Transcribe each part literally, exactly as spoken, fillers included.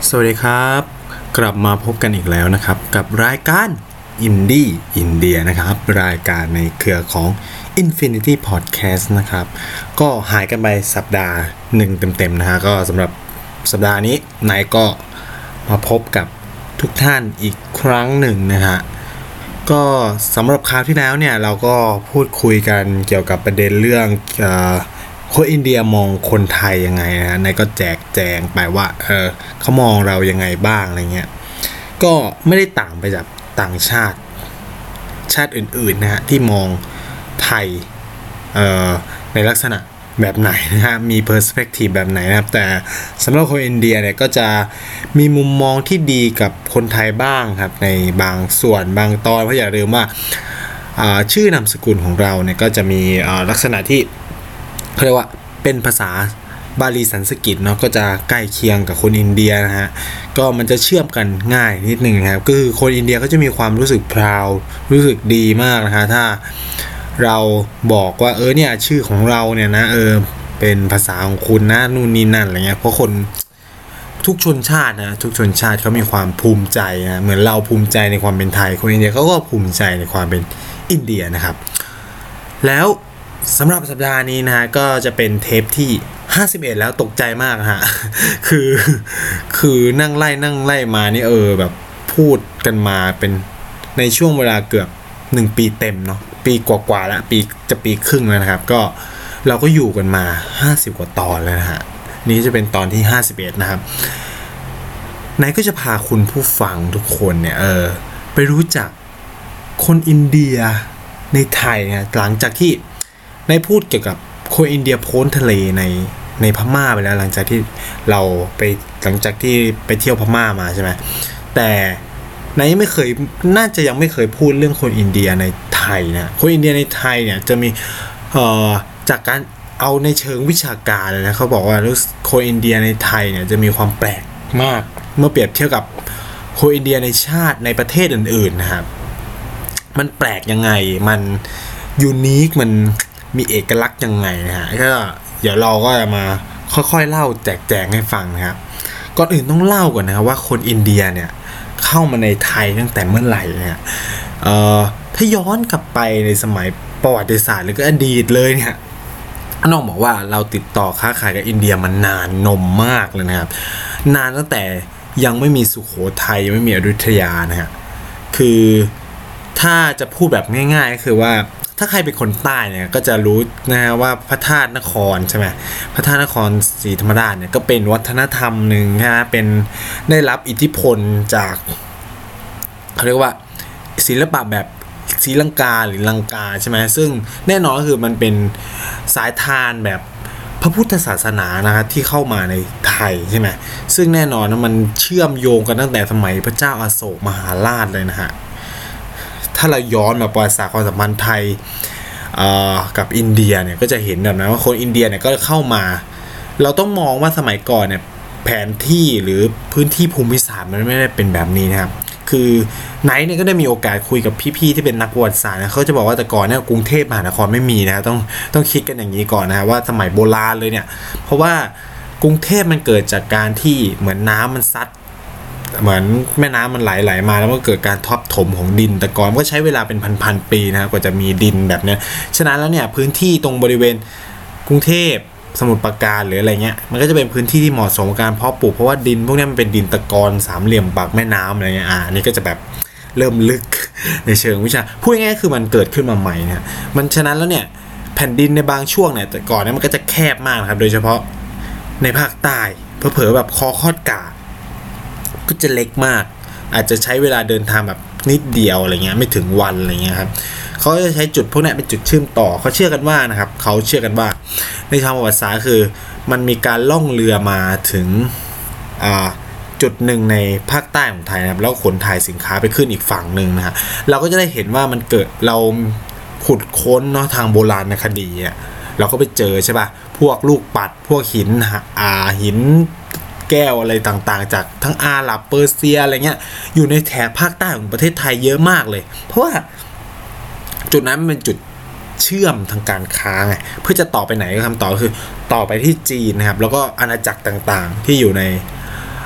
สวัสดีครับกลับมาพบกันอีกแล้วนะครับกับรายการอินดี้อินเดียนะครับรายการในเครือของ Infinity Podcast นะครับก็หายกันไปสัปดาห์หนึ่งเต็มๆนะฮะก็สำหรับสัปดาห์นี้นายก็มาพบกับทุกท่านอีกครั้งหนึ่งนะฮะก็สำหรับคราวที่แล้วเนี่ยเราก็พูดคุยกันเกี่ยวกับประเด็นเรื่องเอ่อคนอินเดียมองคนไทยยังไงนะนายก็แจกแจงไปว่าเออเขามองเรายังไงบ้างอะไรเงี้ยก็ไม่ได้ต่างไปจากต่างชาติชาติอื่นๆนะฮะที่มองไทยเอ่อในลักษณะแบบไหนนะฮะมีเพอร์สเปคทีฟแบบไหนนะครับแต่สำหรับคนอินเดียเนี่ยก็จะมีมุมมองที่ดีกับคนไทยบ้างครับในบางส่วนบางตอนเพราะอย่าลืมว่าชื่อนามสกุลของเราเนี่ยก็จะมีลักษณะที่เขาเรียกว่าเป็นภาษาบาลีสันสกฤตเนาะก็จะใกล้เคียงกับคนอินเดียนะฮะก็มันจะเชื่อมกันง่ายนิดนึงนะครับก็คือคนอินเดียก็จะมีความรู้สึกพราวรู้สึกดีมากนะฮะถ้าเราบอกว่าเออเนี่ยชื่อของเราเนี่ยนะเออเป็นภาษาของคุณนะนู่นนี่นั่นอะไรเงี้ยเพราะคนทุกชนชาตินะทุกชนชาติเขามีความภูมิใจนะเหมือนเราภูมิใจในความเป็นไทยคนอินเดียเขาก็ภูมิใจในความเป็นอินเดียนะครับแล้วสำหรับสัปดาห์นี้นะฮะก็จะเป็นเทปที่ห้าสิบเอ็ดแล้วตกใจมากฮะคือคือนั่งไล่นั่งไล่มานี่เออแบบพูดกันมาเป็นในช่วงเวลาเกือบหนึ่งปีเต็มเนาะปีกว่าๆแล้วปีจะปีครึ่งแล้วนะครับก็เราก็อยู่กันมาห้าสิบกว่าตอนแล้วนะฮะนี้จะเป็นตอนที่ห้าสิบเอ็ดนะครับไหนก็จะพาคุณผู้ฟังทุกคนเนี่ยเออไปรู้จักคนอินเดียในไทยนะหลังจากที่ได้พูดเกี่ยวกับคนอินเดียพ้นทะเลในในพม่าไปแล้วหลังจากที่เราไปหลังจากที่ไปเที่ยวพม่ามาใช่ไหมแต่ไหนไม่เคยน่าจะยังไม่เคยพูดเรื่องคนอินเดียในไทยนะคนอินเดียในไทยเนี่ยจะมีเอ่อจากการเอาในเชิงวิชาการเลยนะเขาบอกว่าคนอินเดียในไทยเนี่ยจะมีความแปลกมากเมื่อเปรียบเทียบกับคนอินเดียในชาติในประเทศอื่นๆนะครับมันแปลกยังไงมันยูนิคมันมีเอกลักษณ์ยังไงนะฮะก็เดี๋ยวเราก็จะมาค่อยๆเล่าแจกแจงให้ฟังนะครับก่อนอื่นต้องเล่าก่อนนะครับว่าคนอินเดียเนี่ยเข้ามาในไทยตั้งแต่เมื่อไหร่เนี่ยเอ่อถ้าย้อนกลับไปในสมัยประวัติศาสตร์หรือก็อดีตเลยเนี่ยน้องบอกว่าเราติดต่อค้าขายกับอินเดียมานานนมมากเลยนะครับนานตั้งแต่ยังไม่มีสุโขทัยยังไม่มีอยุธยานะฮะคือถ้าจะพูดแบบง่ายๆก็คือว่าถ้าใครเป็นคนใต้เนี่ยก็จะรู้นะว่าพระธาตุนครใช่ไหมพระธาตุนครศรีธรรมราชเนี่ยก็เป็นวัฒนธรรมหนึ่งนะเป็นได้รับอิทธิพลจากเขาเรียกว่าศิลปะแบบศรีลังกาหรือลังกาใช่ไหมซึ่งแน่นอนก็คือมันเป็นสายทานแบบพระพุทธศาสนานะครับที่เข้ามาในไทยใช่ไหมซึ่งแน่นอนนะมันเชื่อมโยงกันตั้งแต่สมัยพระเจ้าอโศกมหาราชเลยนะฮะถ้าเราย้อนมาประวัติศาสตร์ความสัมพันธ์ไทยกับอินเดียเนี่ยก็จะเห็นแบบนั้นว่าคนอินเดียเนี่ยก็เข้ามาเราต้องมองว่าสมัยก่อนเนี่ยแผนที่หรือพื้นที่ภูมิศาสตร์มันไม่ได้เป็นแบบนี้นะครับคือไนท์เนี่ยก็ได้มีโอกาสคุยกับพี่ๆที่เป็นนักประวัติศาสตร์นะเขาจะบอกว่าแต่ก่อนเนี่ยกรุงเทพมหานครไม่มีนะต้องต้องคิดกันอย่างนี้ก่อนนะว่าสมัยโบราณเลยเนี่ยเพราะว่ากรุงเทพมันเกิดจากการที่เหมือนน้ำมันซัดเหมือนแม่น้ำมันไหลๆมาแล้วก็เกิดการทับถมของดินแต่ก่อนก็ใช้เวลาเป็นพันๆปีนะกว่าจะมีดินแบบนี้ฉะนั้นแล้วเนี่ยพื้นที่ตรงบริเวณกรุงเทพสมุทรปราการหรืออะไรเงี้ยมันก็จะเป็นพื้นที่ที่เหมาะสมกับการเพาะปลูกเพราะว่าดินพวกนี้มันเป็นดินตะกอนสามเหลี่ยมปากแม่น้ำอะไรเงี้ยอ่านี่ก็จะแบบเริ่มลึกในเชิงวิชาพูดง่ายๆคือมันเกิดขึ้นมาใหม่นะมันฉะนั้นแล้วเนี่ยแผ่นดินในบางช่วงเนี่ยแต่ก่อนเนี่ยมันก็จะแคบมากครับโดยเฉพาะในภาคใต้เผลอๆแบบคอคอดกาก็จะเล็กมากอาจจะใช้เวลาเดินทางแบบนิดเดียวอะไรเงี้ยไม่ถึงวันอะไรเงี้ยครับเขาจะใช้จุดพวกนี้เป็นจุดเชื่อมต่อเขาเชื่อกันว่านะครับเขาเชื่อกันว่าในทางประวัติศาสตร์คือมันมีการล่องเรือมาถึงจุดหนึ่งในภาคใต้ของไทยนะครับแล้วขนถ่ายสินค้าไปขึ้นอีกฝั่งหนึ่งนะฮะเราก็จะได้เห็นว่ามันเกิดเราขุดค้นเนาะทางโบราณคดีอ่ะเราก็ไปเจอใช่ป่ะพวกลูกปัดพวกหินอ่าหินแก้วอะไรต่างๆจากทั้งอาหรับเปอร์เซียอะไรเงี้ยอยู่ในแถบภาคใต้ของประเทศไทยเยอะมากเลยเพราะว่าจุดนั้นมันเป็นจุดเชื่อมทางการค้าไงเพื่อจะต่อไปไหนก็คำตอบคือต่อไปที่จีนนะครับแล้วก็อาณาจักรต่างๆที่อยู่ใน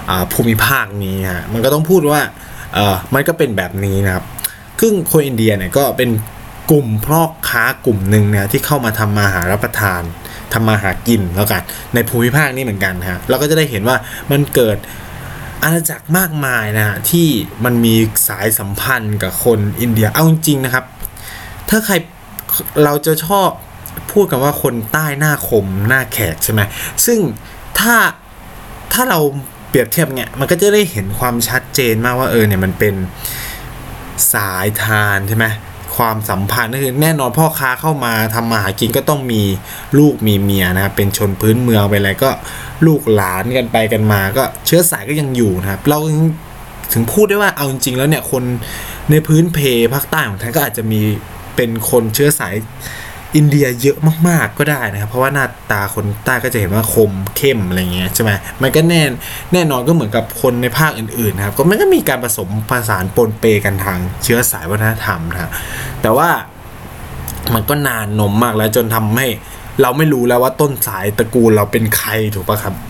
ภูมิภาคนี้ฮะมันก็ต้องพูดว่าเออมันก็เป็นแบบนี้นะครับซึ่งคนอินเดียเนี่ยก็เป็นกลุ่มพ่อค้ากลุ่มหนึ่งเนี่ยที่เข้ามาทำมาหารับประทานทำมาหากินแล้วกันในภูมิภาคนี้เหมือนกันฮะเราก็จะได้เห็นว่ามันเกิดอาณาจักรมากมายนะฮะที่มันมีสายสัมพันธ์กับคนอินเดียเอาจริงๆนะครับถ้าใครเราจะชอบพูดกันว่าคนใต้หน้าคมหน้าแขกใช่ไหมซึ่งถ้าถ้าเราเปรียบเทียบเนี่ยมันก็จะได้เห็นความชัดเจนมากว่าเออเนี่ยมันเป็นสายทานใช่ไหมความสัมพันธ์ก็คือแน่นอนพ่อค้าเข้ามาทำมาหากินก็ต้องมีลูกมีเมียนะครับเป็นชนพื้นเมืองไปอะไรก็ลูกหลานกันไปกันมาก็เชื้อสายก็ยังอยู่นะครับเราถึงพูดได้ว่าเอาจริงๆแล้วเนี่ยคนในพื้นเพภาคใต้ของไทยก็อาจจะมีเป็นคนเชื้อสายอินเดียเยอะมากๆก็ได้นะครับเพราะว่าหน้าตาคนใต้ก็จะเห็นว่าคมเข้มอะไรเงี้ยใช่ไหมมันก็แน่แน่นอนก็เหมือนกับคนในภาคอื่นๆนะครับก็มันก็มีการผสมผสานปนเปกันทางเชื้อสายวัฒนธรรมนะแต่ว่ามันก็นานนมมากแล้วจนทำให้เราไม่รู้แล้วว่าต้นสายตระกูลเราเป็นใครถูกปะครับ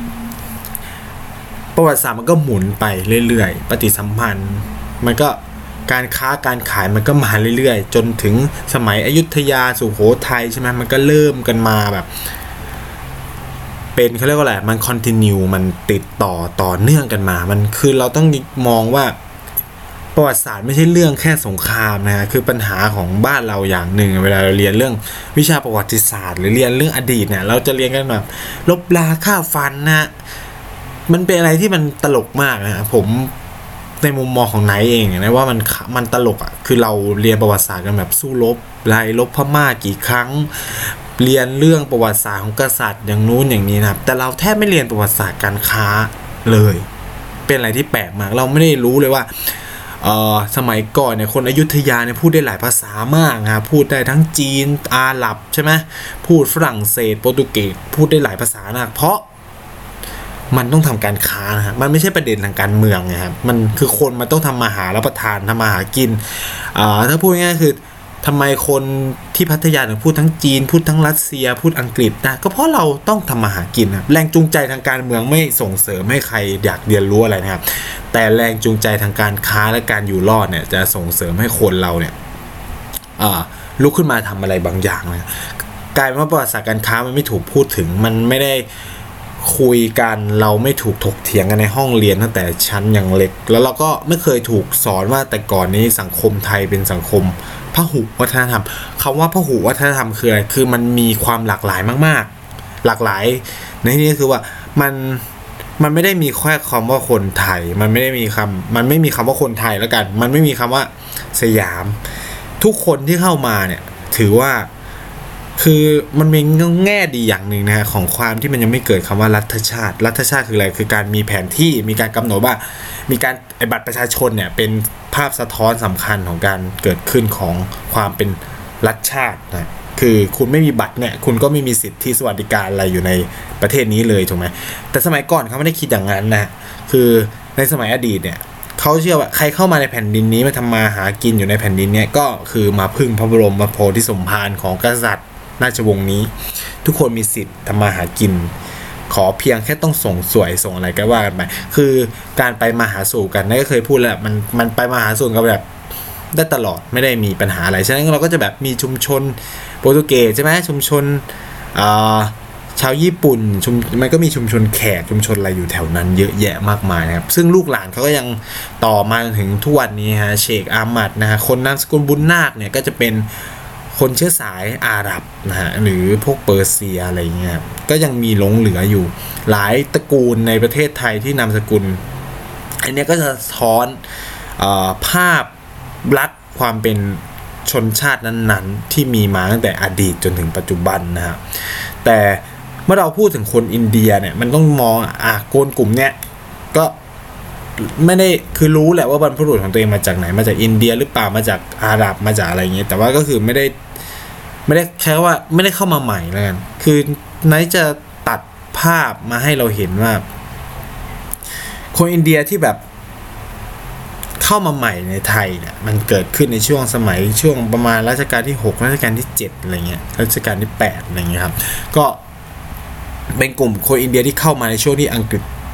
ประวัติศาสตร์มันก็หมุนไปเรื่อยๆปฏิสัมพันธ์มันก็การค้าการขายมันก็มาเรื่อยๆจนถึงสมัยอยุธยาสุโขทัยใช่ไหมมันก็เริ่มกันมาแบบเป็นเขาเรียกว่าอะไรมันคอนติเนียมันติดต่อต่อเนื่องกันมามันคือเราต้องมองว่าประวัติศาสตร์ไม่ใช่เรื่องแค่สงครามนะฮะคือปัญหาของบ้านเราอย่างหนึ่งเวลาเราเรียนเรื่องวิชาประวัติศาสตร์หรือเรียนเรื่องอดีตเนี่ยเราจะเรียนกันแบบลบราฆ่าฟันนะมันเป็นอะไรที่มันตลกมากนะผมในมุมมองของไนท์เองนะว่ามันมันตลกอ่ะคือเราเรียนประวัติศาสตร์กันแบบสู้รบไล่รบพม่ากี่ครั้งเรียนเรื่องประวัติศาสตร์ของกษัตริย์อย่างนู้นอย่างนี้นะครับแต่เราแทบไม่เรียนประวัติศาสตร์การค้าเลยเป็นอะไรที่แปลกมากเราไม่ได้รู้เลยว่าเอ่อสมัยก่อนเนี่ยคนอยุธยาเนี่ยพูดได้หลายภาษามากนะพูดได้ทั้งจีนอาหรับใช่ไหมพูดฝรั่งเศสโปรตุเกสพูดได้หลายภาษามากเพราะมันต้องทำการค้านะฮะมันไม่ใช่ประเด็นทางการเมืองนะครับมันคือคนมันต้องทำมาหารับประทานทำมาหากินอ่าถ้าพูดง่ายๆคือทำไมคนที่พัทยาถึงพูดทั้งจีนพูดทั้งรัสเซียพูดอังกฤษนะก็เพราะเราต้องทำมาหากินนะแรงจูงใจทางการเมืองไม่ส่งเสริมให้ใครอยากเรียนรู้อะไรนะครับแต่แรงจูงใจทางการค้าและการอยู่รอดเนี่ยจะส่งเสริมให้คนเราเนี่ยอ่าลุกขึ้นมาทำอะไรบางอย่างนะกลายเป็นว่าประวัติศาสตร์การค้ามันไม่ถูกพูดถึงมันไม่ได้คุยกันเราไม่ถูกถกเถียงกันในห้องเรียนตั้งแต่ชั้นยังเล็กแล้วเราก็ไม่เคยถูกสอนว่าแต่ก่อนนี้สังคมไทยเป็นสังคมพหุวัฒนธรรมคำว่าพหุวัฒนธรรมคืออะไรคือมันมีความหลากหลายมากๆหลากหลายในที่นี้คือว่ามันมันไม่ได้มีแค่คำว่าคนไทยมันไม่ได้มีคำมันไม่มีคำว่าคนไทยแล้วกันมันไม่มีคำว่าสยามทุกคนที่เข้ามาเนี่ยถือว่าคือมันมีแง่ดีอย่างหนึ่งนะฮะของความที่มันยังไม่เกิดคำว่ารัฐชาติรัฐชาติคืออะไรคือการมีแผนที่มีการกำหนดว่ามีการไอ้บัตรประชาชนเนี่ยเป็นภาพสะท้อนสำคัญของการเกิดขึ้นของความเป็นรัฐชาตินะคือคุณไม่มีบัตรเนี่ยคุณก็ไม่มีสิทธิสวัสดิการอะไรอยู่ในประเทศนี้เลยถูกไหมแต่สมัยก่อนเขาไม่ได้คิดอย่างนั้นนะคือในสมัยอดีตเนี่ยเขาเชื่อว่าใครเข้ามาในแผ่นดินนี้มาทำมาหากินอยู่ในแผ่นดินเนี่ยก็คือมาพึ่งพระบรมโพธิสมภารของกษัตริย์ราชวงศ์นี้ทุกคนมีสิทธิ์ทำมาหากินขอเพียงแค่ต้องส่งสวยส่งอะไรก็ว่ากันไปคือการไปมาหาสู่กันนั่นก็เคยพูดแล้วมันมันไปมาหาสู่กันแบบได้ตลอดไม่ได้มีปัญหาอะไรฉะนั้นเราก็จะแบบมีชุมชนโปรตุเกสใช่ไหมชุมชนชาวญี่ปุ่นชุมมันก็มีชุมชนแขกชุมชนอะไรอยู่แถวนั้นเยอะแยะมากมายนะครับซึ่งลูกหลานเขาก็ยังต่อมาถึงทุกวันนี้ฮะเชคอามัดนะฮะคนนามสกุลบุญนาคเนี่ยก็จะเป็นคนเชื้อสายอาหรับนะฮะหรือพวกเปอร์เซียอะไรเงี้ยก็ยังมีหลงเหลืออยู่หลายตระกูลในประเทศไทยที่นามสกุลอันนี้ก็จะสะท้อนเอ่อภาพลักษณ์ความเป็นชนชาตินั้นๆที่มีมาตั้งแต่อดีตจนถึงปัจจุบันนะฮะแต่เมื่อเราพูดถึงคนอินเดียเนี่ยมันต้องมองอ่ะคนกลุ่มเนี้ยก็ไม่ได้คือรู้แหละว่าบรรพบุรุษของตัวเองมาจากไหนมาจากอินเดียหรือเปล่ามาจากอาหรับมาจากอะไรอย่างเงี้ยแต่ว่าก็คือไม่ได้ไม่ได้แค่ว่าไม่ได้เข้ามาใหม่แล้วกันคือไหนจะตัดภาพมาให้เราเห็นว่าคนอินเดียที่แบบเข้ามาใหม่ในไทยเนี่ยมันเกิดขึ้นในช่วงสมัยช่วงประมาณรัชกาลที่หกรัชกาลที่เจ็ดอะไรเงี้ยรัชกาลที่แปดอะไรเงี้ยครับก็เป็นกลุ่มคนอินเดียที่เข้ามาในช่วงที่อังกฤษ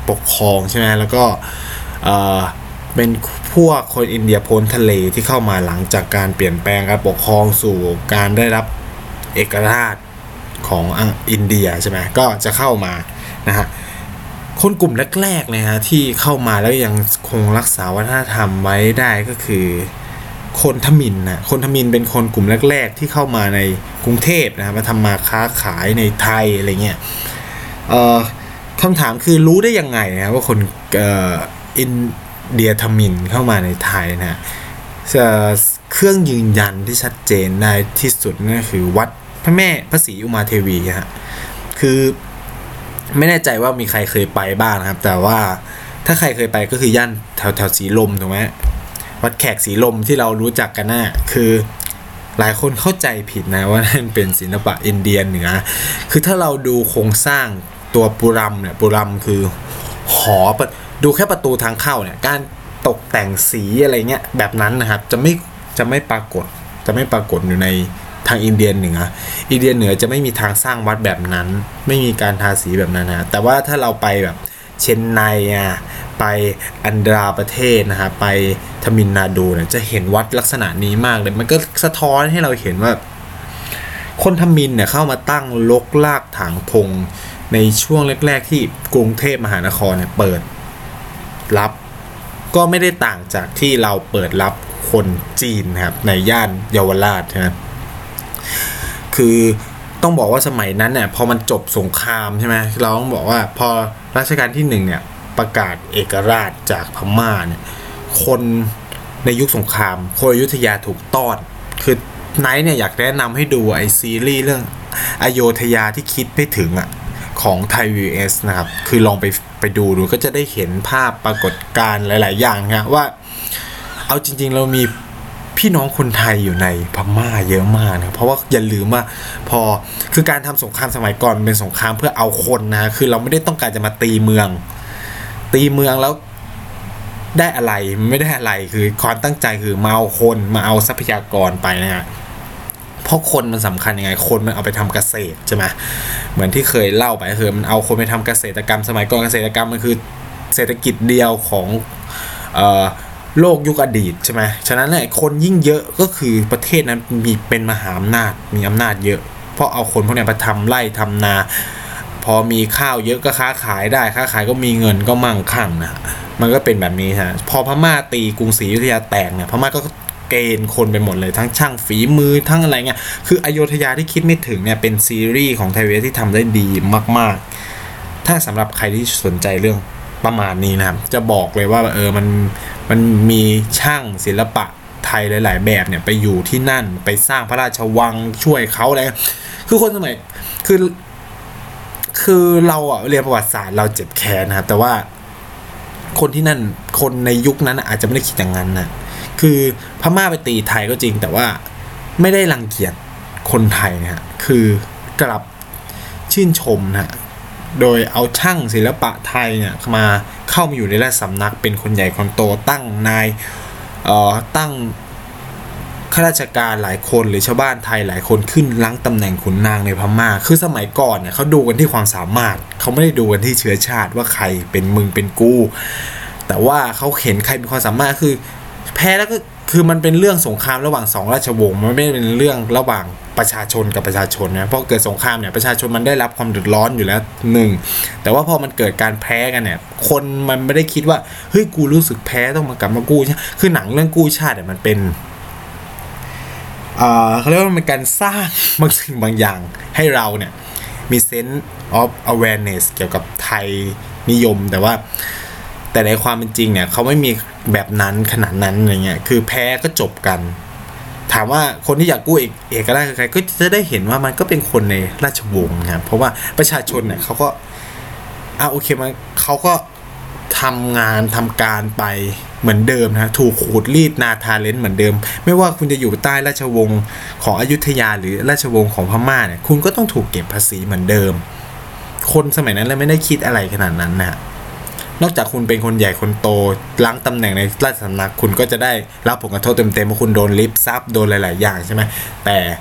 ปกครองใช่ไหมแล้วก็เอ่อเป็นพวกคนอินเดียพ้นทะเลที่เข้ามาหลังจากการเปลี่ยนแปลงการปกครองสู่การได้รับเอกราชของอินเดียใช่ไหมก็จะเข้ามานะฮะคนกลุ่มแรกๆเลยฮะที่เข้ามาแล้วยังคงรักษาวัฒนธรรมไว้ได้ก็คือคนทมิฬนะคนทมิฬเป็นคนกลุ่มแรกๆที่เข้ามาในกรุงเทพนะมาทำมาค้าขายในไทยอะไรเงี้ยเอ่อคำถามคือรู้ได้ยังไงนะว่าคนเอ่ออินเดียทมิฬเข้ามาในไทยนะเครื่องยืนยันที่ชัดเจนในที่สุดนั่นคือวัดพระแม่พระศรีอุมาเทวีฮะคือไม่แน่ใจว่ามีใครเคยไปบ้างนะครับแต่ว่าถ้าใครเคยไปก็คือย่านแถวแถวสีลมถูกไหมวัดแขกสีลมที่เรารู้จักกันน่ะคือหลายคนเข้าใจผิดนะว่านั่นเป็นศิลปะอินเดียเหนือคือถ้าเราดูโครงสร้างตัวปุรัมเนี่ยปุรัมคือหอดูแค่ประตูทางเข้าเนี่ยการตกแต่งสีอะไรเงี้ยแบบนั้นนะครับจะไม่จะไม่ปรากฏจะไม่ปรากฏอยู่ในทางอินเดียเหนืออินเดียเหนือจะไม่มีทางสร้างวัดแบบนั้นไม่มีการทาสีแบบนั้นนะแต่ว่าถ้าเราไปแบบเชนไนอ่ะไปอันดราประเทศนะฮะไปทมิลนาดูเนี่ยจะเห็นวัดลักษณะนี้มากเลยมันก็สะท้อนให้เราเห็นว่าคนทมิลเนี่ยเข้ามาตั้งลกลากถางพงในช่วงแรกๆที่กรุงเทพมหานครเนี่ยเปิดรับก็ไม่ได้ต่างจากที่เราเปิดรับคนจีนครับในย่านเยาวราชนะครับคือต้องบอกว่าสมัยนั้นเนี่ยพอมันจบสงครามใช่ไหมเราต้องบอกว่าพอรัชกาลที่หนึ่งเนี่ยประกาศเอกราชจากพม่าเนี่ยคนในยุคสงครามคนอยุธยาถูกต้อนคือไนท์เนี่ยอยากแนะนำให้ดูไอซีรีส์เรื่องอโยธยาที่คิดไม่ถึงอ่ะของไทย วี เอส นะครับคือลองไปไปดูดูก็จะได้เห็นภาพปรากฏการณ์หลายๆอย่างนะว่าเอาจริงๆเรามีพี่น้องคนไทยอยู่ในพม่าเยอะมากนะเพราะว่าอย่าลืมว่าพอคือการทำสงครามสมัยก่อนเป็นสงครามเพื่อเอาคนนะคือเราไม่ได้ต้องการจะมาตีเมืองตีเมืองแล้วได้อะไรไม่ได้อะไรคือความตั้งใจคือมาเอาคนมาเอาทรัพยากรไปนะฮะเพราะคนมันสำคัญยังไงคนมันเอาไปทำเกษตรใช่ไหมเหมือนที่เคยเล่าไปคือมันเอาคนไปทำเกษตรกรรมสมัยก่อนเกษตรกรรมมันคือเศรษฐกิจเดียวของเอ่อโลกยุคอดีตใช่ไหมฉะนั้นเนี่ยคนยิ่งเยอะก็คือประเทศนั้นมีเป็นมหาอำนาจมีอำนาจเยอะเพราะเอาคนพวกนี้ไปทำไร่ทำนาพอมีข้าวเยอะก็ค้าขายได้ค้าขายก็มีเงินก็มั่งคั่งนะมันก็เป็นแบบนี้ฮะพอพม่าตีกรุงศรีอยุธยาแตกเนี่ยพม่าก็เกณฑ์คนไปหมดเลยทั้งช่างฝีมือทั้งอะไรเงี้ยคืออโยธยาที่คิดไม่ถึงเนี่ยเป็นซีรีส์ของไทย วี เอส ที่ทำได้ดีมากๆถ้าสำหรับใครที่สนใจเรื่องประมาณนี้นะครับจะบอกเลยว่าเออมันมันมีช่างศิลปะไทยหลายๆแบบเนี่ยไปอยู่ที่นั่นไปสร้างพระราชวังช่วยเขาอะไรคือคนสมัยคือคือเราอะเรียนประวัติศาสตร์เราเจ็บแค้นนะครับแต่ว่าคนที่นั่นคนในยุคนั้นอาจจะไม่ได้คิดอย่างนั้นนะคือพม่าไปตีไทยก็จริงแต่ว่าไม่ได้รังเกียจคนไทยนะฮะคือกลับชื่นชมนะโดยเอาช่างศิลปะไทยเนี่ยมาเข้ามาอยู่ในราชสำนักเป็นคนใหญ่คนโตตั้งนายเอ่อตั้งข้าราชการหลายคนหรือชาวบ้านไทยหลายคนขึ้นรั้งตำแหน่งขุนนางในพม่าคือสมัยก่อนเนี่ยเขาดูกันที่ความสามารถเขาไม่ได้ดูกันที่เชื้อชาติว่าใครเป็นมึงเป็นกูแต่ว่าเขาเห็นใครมีความสามารถคือแพ้แล้วก็คือมันเป็นเรื่องสงครามระหว่างสองราชวงศ์มันไม่ได้เป็นเรื่องระหว่างประชาชนกับประชาชนนะเพราะเกิดสงครามเนี่ยประชาชนมันได้รับความเดือดร้อนอยู่แล้วหนึ่งแต่ว่าพอมันเกิดการแพ้กันเนี่ยคนมันไม่ได้คิดว่าเฮ้ยกูรู้สึกแพ้ต้องมากลับมากู้ใช่คือหนังเรื่องกู้ชาติเนี่ยมันเป็นอ่าเขาเรียกว่ามันเป็นการสร้างบางสิ่งบางอย่างให้เราเนี่ยมี sense of awareness เกี่ยวกับไทยนิยมแต่ว่าแต่ในความเป็นจริงเนี่ยเขาไม่มีแบบนั้นขนาดนั้นอะไรเงี้ยคือแพ้ก็จบกันถามว่าคนที่อยากกู้เอกเอกราชใครก็จะได้เห็นว่ามันก็เป็นคนในราชวงศ์ครับเพราะว่าประชาชนเนี่ยเขาก็อ่ะโอเคมันเขาก็ทำงานทำการไปเหมือนเดิมนะถูกขูดรีดนาทาเลนเหมือนเดิมไม่ว่าคุณจะอยู่ใต้ราชวงศ์ของอยุธยาหรือราชวงศ์ของพม่าเนี่ยคุณก็ต้องถูกเก็บภาษีเหมือนเดิมคนสมัยนั้นเลยไม่ได้คิดอะไรขนาดนั้นนะนอกจากคุณเป็นคนใหญ่คนโตล้างตำแหน่งในราชสำนักคุณก็จะได้รับผลกระทบเต็มๆเพราะคุณโดนลิฟต์ซับโดนหลายๆอย่างใช่ไหมแต่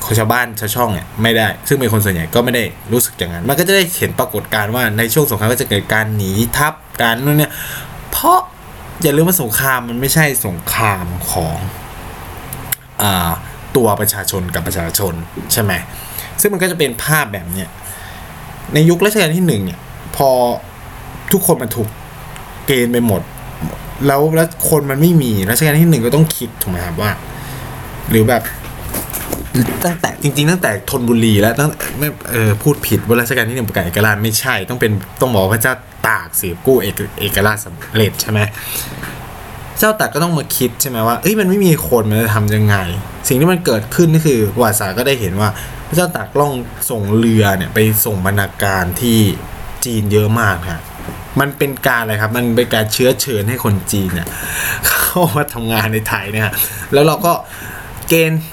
ชาวบ้านชาวช่องเนี่ยไม่ได้ซึ่งเป็นคนส่วนใหญ่ก็ไม่ได้รู้สึกอย่างนั้นมันก็จะได้เห็นปรากฏการณ์ว่าในช่วงสงครามก็จะเกิดการหนีทัพการนู่นเนี่ยเพราะอย่าลืมว่าสงครามมันไม่ใช่สงครามของอ่าตัวประชาชนกับประชาชนใช่ไหมซึ่งมันก็จะเป็นภาพแบบเนี้ยในยุครัชกาลที่หนึ่งเนี่ยพอทุกคนมันถูกเกณฑ์ไปหมดแล้วแล้วคนมันไม่มีรัชกาลที่หนึ่งก็ต้องคิดถูกไหมครับว่าหรือแบบตั้งแต่จริงๆตั้งแต่ธนบุรีแล้วตั้งไม่เออพูดผิดว่ารัชกาลที่หนึ่งประกาศเอกราชไม่ใช่ต้องเป็นต้องบอกพระเจ้าตากสิกู้เอกเอกราชสำเร็จใช่ไหมเจ้าตากก็ต้องมาคิดใช่ไหมว่าเอ้ยมันไม่มีคนมันจะทำยังไงสิ่งที่มันเกิดขึ้นก็คือประวัติศาสตร์ก็ได้เห็นว่าพระเจ้าตากล่องส่งเรือเนี่ยไปส่งบรรณาการที่จีนเยอะมากฮะมันเป็นการอะไรครับมันเป็นการเชื้อเชิญให้คนจีนเนี่ยเข้ามาทำงานในไทยเนี่ยแล้วเราก็เกณฑ์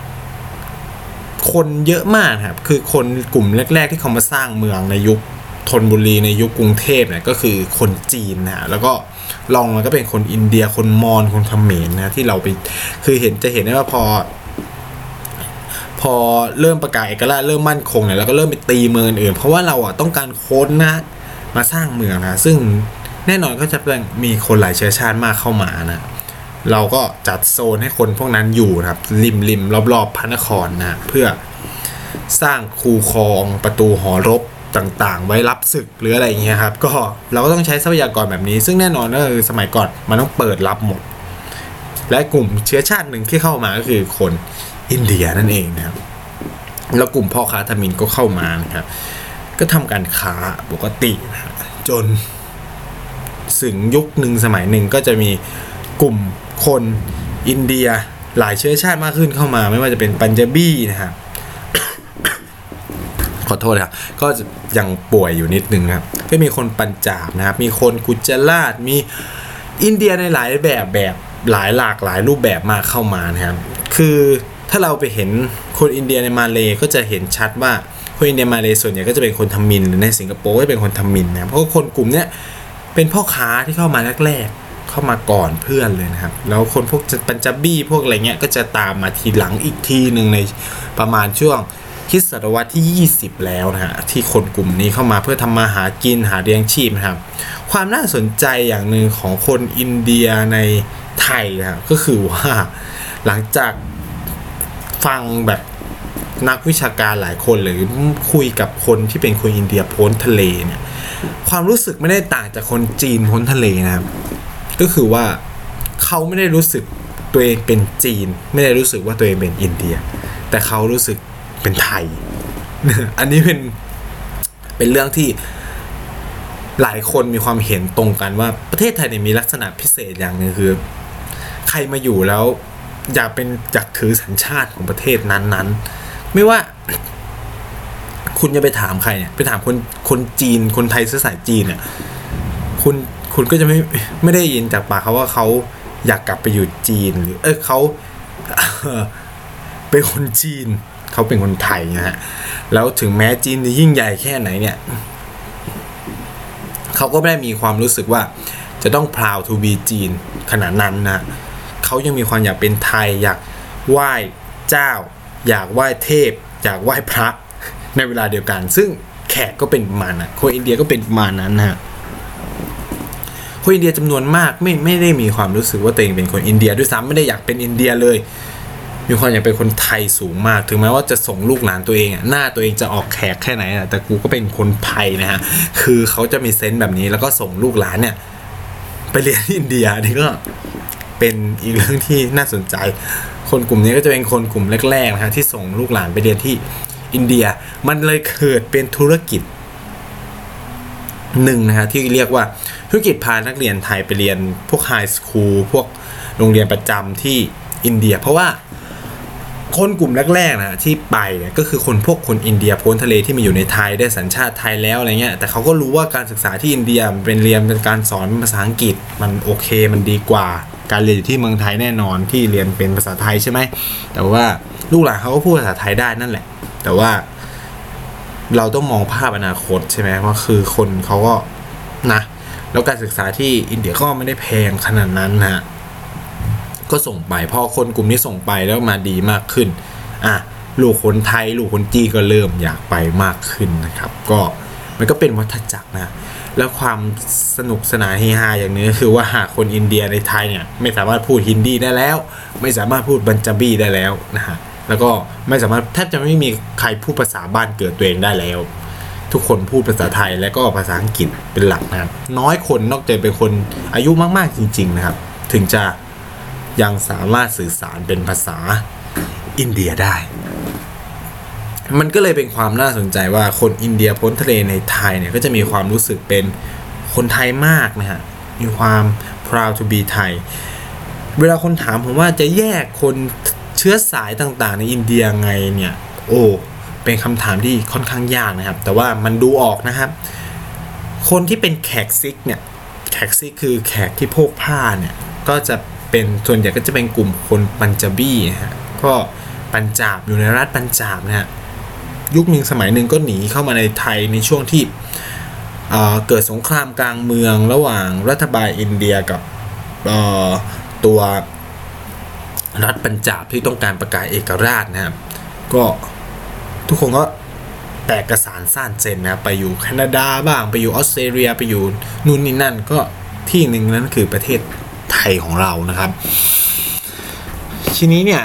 คนเยอะมากครับคือคนกลุ่มแรกๆที่เขามาสร้างเมืองในยุคธนบุรีในยุคกรุงเทพเนี่ยก็คือคนจีนนะแล้วก็ลองมันก็เป็นคนอินเดียคนมอญคนเขมรนะที่เราไปคือเห็นจะเห็นได้ว่าพอพอเริ่มประกาศเอกราชเริ่มมั่นคงเนี่ยเราก็เริ่มไปตีเมืองอื่นเพราะว่าเราอ่ะต้องการคนนะมาสร้างเมืองนะซึ่งแน่นอนก็จะมีคนหลายเชื้อชาติมากเข้ามานะเราก็จัดโซนให้คนพวกนั้นอยู่นะครับริมริมรอบๆพระนครนะเพื่อสร้างคูคลองประตูหอรบต่างๆไว้รับศึกหรืออะไรอย่างเงี้ยครับก็เราก็ต้องใช้ทรัพยากรแบบนี้ซึ่งแน่นอนก็คือสมัยก่อนมันต้องเปิดรับหมดและกลุ่มเชื้อชาติหนึ่งที่เข้ามาก็คือคนอินเดียนั่นเองนะครับแล้วกลุ่มพ่อค้าทมิฬก็เข้ามานะครับก็ทำการค้าปกตินะจนถึงยุคหนึ่งสมัยหนึ่งก็จะมีกลุ่มคนอินเดียหลายเชื้อชาติมากขึ้นเข้ามาไม่ว่าจะเป็นปัญจาบีนะครับขอโทษครับก็ยังป่วยอยู่นิดนึงครับก็มีคนปัญจาบนะครับมีคนกุจราตมีอินเดียในหลายแบบแบบหลายหลากหลายรูปแบบมาเข้ามานะครับคือถ้าเราไปเห็นคนอินเดียในมาเลก็จะเห็นชัดว่าคนอินเดียมาเลส่วนใหญ่ก็จะเป็นคนทมิฬหรือในสิงคโปร์ก็เป็นคนทมิฬนะเพราะคนกลุ่มนี้เป็นพ่อค้าที่เข้ามาแรกๆเข้ามาก่อนเพื่อนเลยนะครับแล้วคนพวกปัญจาบีพวกอะไรเงี้ยก็จะตามมาทีหลังอีกทีหนึ่งในประมาณช่วงคริสตศตวรรษที่ยี่สิบแล้วนะฮะที่คนกลุ่มนี้เข้ามาเพื่อทำมาหากินหาเลี้ยงชีพนะครับความน่าสนใจอย่างหนึ่งของคนอินเดียในไทยนะครับก็คือว่าหลังจากฟังแบบนักวิชาการหลายคนหรือคุยกับคนที่เป็นคนอินเดียพ้นทะเลเนี่ยความรู้สึกไม่ได้ต่างจากคนจีนพ้นทะเลนะครับก็คือว่าเขาไม่ได้รู้สึกตัวเองเป็นจีนไม่ได้รู้สึกว่าตัวเองเป็นอินเดียแต่เขารู้สึกเป็นไทย อันนี้เป็นเป็นเรื่องที่หลายคนมีความเห็นตรงกันว่าประเทศไทยเนี่ยมีลักษณะพิเศษอย่างนึงคือใครมาอยู่แล้วอยากเป็นอยากถือสัญชาติของประเทศนั้นๆไม่ว่าคุณจะไปถามใครเนี่ยไปถามคนคนจีนคนไทยเชื้อสายจีนเนี่ยคุณคุณก็จะไม่ไม่ได้ยินจากปากเขาว่าเขาอยากกลับไปอยู่จีนหรือเออเขาเป็นคนจีนเขาเป็นคนไทยนะฮะแล้วถึงแม้จีนจะยิ่งใหญ่แค่ไหนเนี่ยเขาก็ไม่ได้มีความรู้สึกว่าจะต้อง proud to be จีนขนาดนั้นนะเขายังมีความอยากเป็นไทยอยากไหว้เจ้าอยากไหว้เทพอยากไหว้พระในเวลาเดียวกันซึ่งแขกก็เป็นประมาณนั้นคนอินเดียก็เป็นประมาณนั้นนะฮะคนอินเดียจำนวนมากไม่ไม่ได้มีความรู้สึกว่าตัวเองเป็นคนอินเดียด้วยซ้ำไม่ได้อยากเป็นอินเดียเลยมีความอยากเป็นคนไทยสูงมากถึงแม้ว่าจะส่งลูกหลานตัวเองอ่ะหน้าตัวเองจะออกแขกแค่ไหนอ่ะแต่กูก็เป็นคนไทยนะฮะคือเขาจะมีเซนส์แบบนี้แล้วก็ส่งลูกหลานเนี่ยไปเรียนที่อินเดียนี่ก็เป็นอีกเรื่องที่น่าสนใจคนกลุ่มนี้ก็จะเป็นคนกลุ่มแรกๆนะฮะที่ส่งลูกหลานไปเรียนที่อินเดียมันเลยเกิดเป็นธุรกิจหนึ่งนะฮะที่เรียกว่าธุรกิจพานักเรียนไทยไปเรียนพวกไฮสคูลพวกโรงเรียนประจำที่อินเดียเพราะว่าคนกลุ่มแรกๆนะที่ไปเนี่ยก็คือคนพวกคนอินเดียพ้นทะเลที่มาอยู่ในไทยได้สัญชาติไทยแล้วอะไรเงี้ยแต่เขาก็รู้ว่าการศึกษาที่อินเดียเป็นเรียนเป็นการสอนภาษาอังกฤษมันโอเคมันดีกว่าการเรียนอยู่ที่เมืองไทยแน่นอนที่เรียนเป็นภาษาไทยใช่ไหมแต่ว่าลูกหลานเขาก็พูดภาษาไทยได้นั่นแหละแต่ว่าเราต้องมองภาพอนาคตใช่ไหมว่าคือคนเขาก็นะแล้วการศึกษาที่อินเดียก็ไม่ได้แพงขนาดนั้นนะก็ส่งไปพอคนกลุ่มนี้ส่งไปแล้วมาดีมากขึ้นอ่ะลูกคนไทยลูกคนจีนก็เริ่มอยากไปมากขึ้นนะครับก็มันก็เป็นวัฏจักรนะแล้วความสนุกสนานเฮฮาอย่างนี้ก็คือว่าหากคนอินเดียในไทยเนี่ยไม่สามารถพูดฮินดีได้แล้วไม่สามารถพูดบัญจาบีได้แล้วนะฮะแล้วก็ไม่สามารถแทบจะไม่มีใครพูดภาษาบ้านเกิดตัวเองได้แล้วทุกคนพูดภาษาไทยและก็ภาษาอังกฤษเป็นหลักนะครับน้อยคนนอกจากเป็นคนอายุมากๆจริงๆนะครับถึงจะยังสามารถสื่อสารเป็นภาษาอินเดียได้มันก็เลยเป็นความน่าสนใจว่าคนอินเดียพ้นทะเลในไทยเนี่ยก็จะมีความรู้สึกเป็นคนไทยมากนะฮะมีความ proud to be Thai เวลาคนถามผมว่าจะแยกคนเชื้อสายต่างๆในอินเดียไงเนี่ยโอ้เป็นคำถามที่ค่อนข้างยากนะครับแต่ว่ามันดูออกนะครับคนที่เป็นแขกซิกเนี่ยแขกซิกคือแขกที่โพกผ้าเนี่ยก็จะเป็นส่วนใหญ่ก็จะเป็นกลุ่มคนปัญจาบีฮะก็ปัญจาบอยู่ในรัฐปัญจาบนะฮะยุคหนึ่งสมัยหนึ่งก็หนีเข้ามาในไทยในช่วงที่เอ่อเกิดสงครามกลางเมืองระหว่างรัฐบาลอินเดียกับเอ่อตัวรัฐปัญจาบที่ต้องการประกาศเอกราชนะครับก็ทุกคนก็แตกกระสานซ่านเซนนะไปอยู่แคนาดาบ้างไปอยู่ออสเตรเลียไปอยู่นู่นนี่นั่นก็ที่หนึ่งนั้นคือประเทศไทยของเรานะครับทีนี้เนี่ย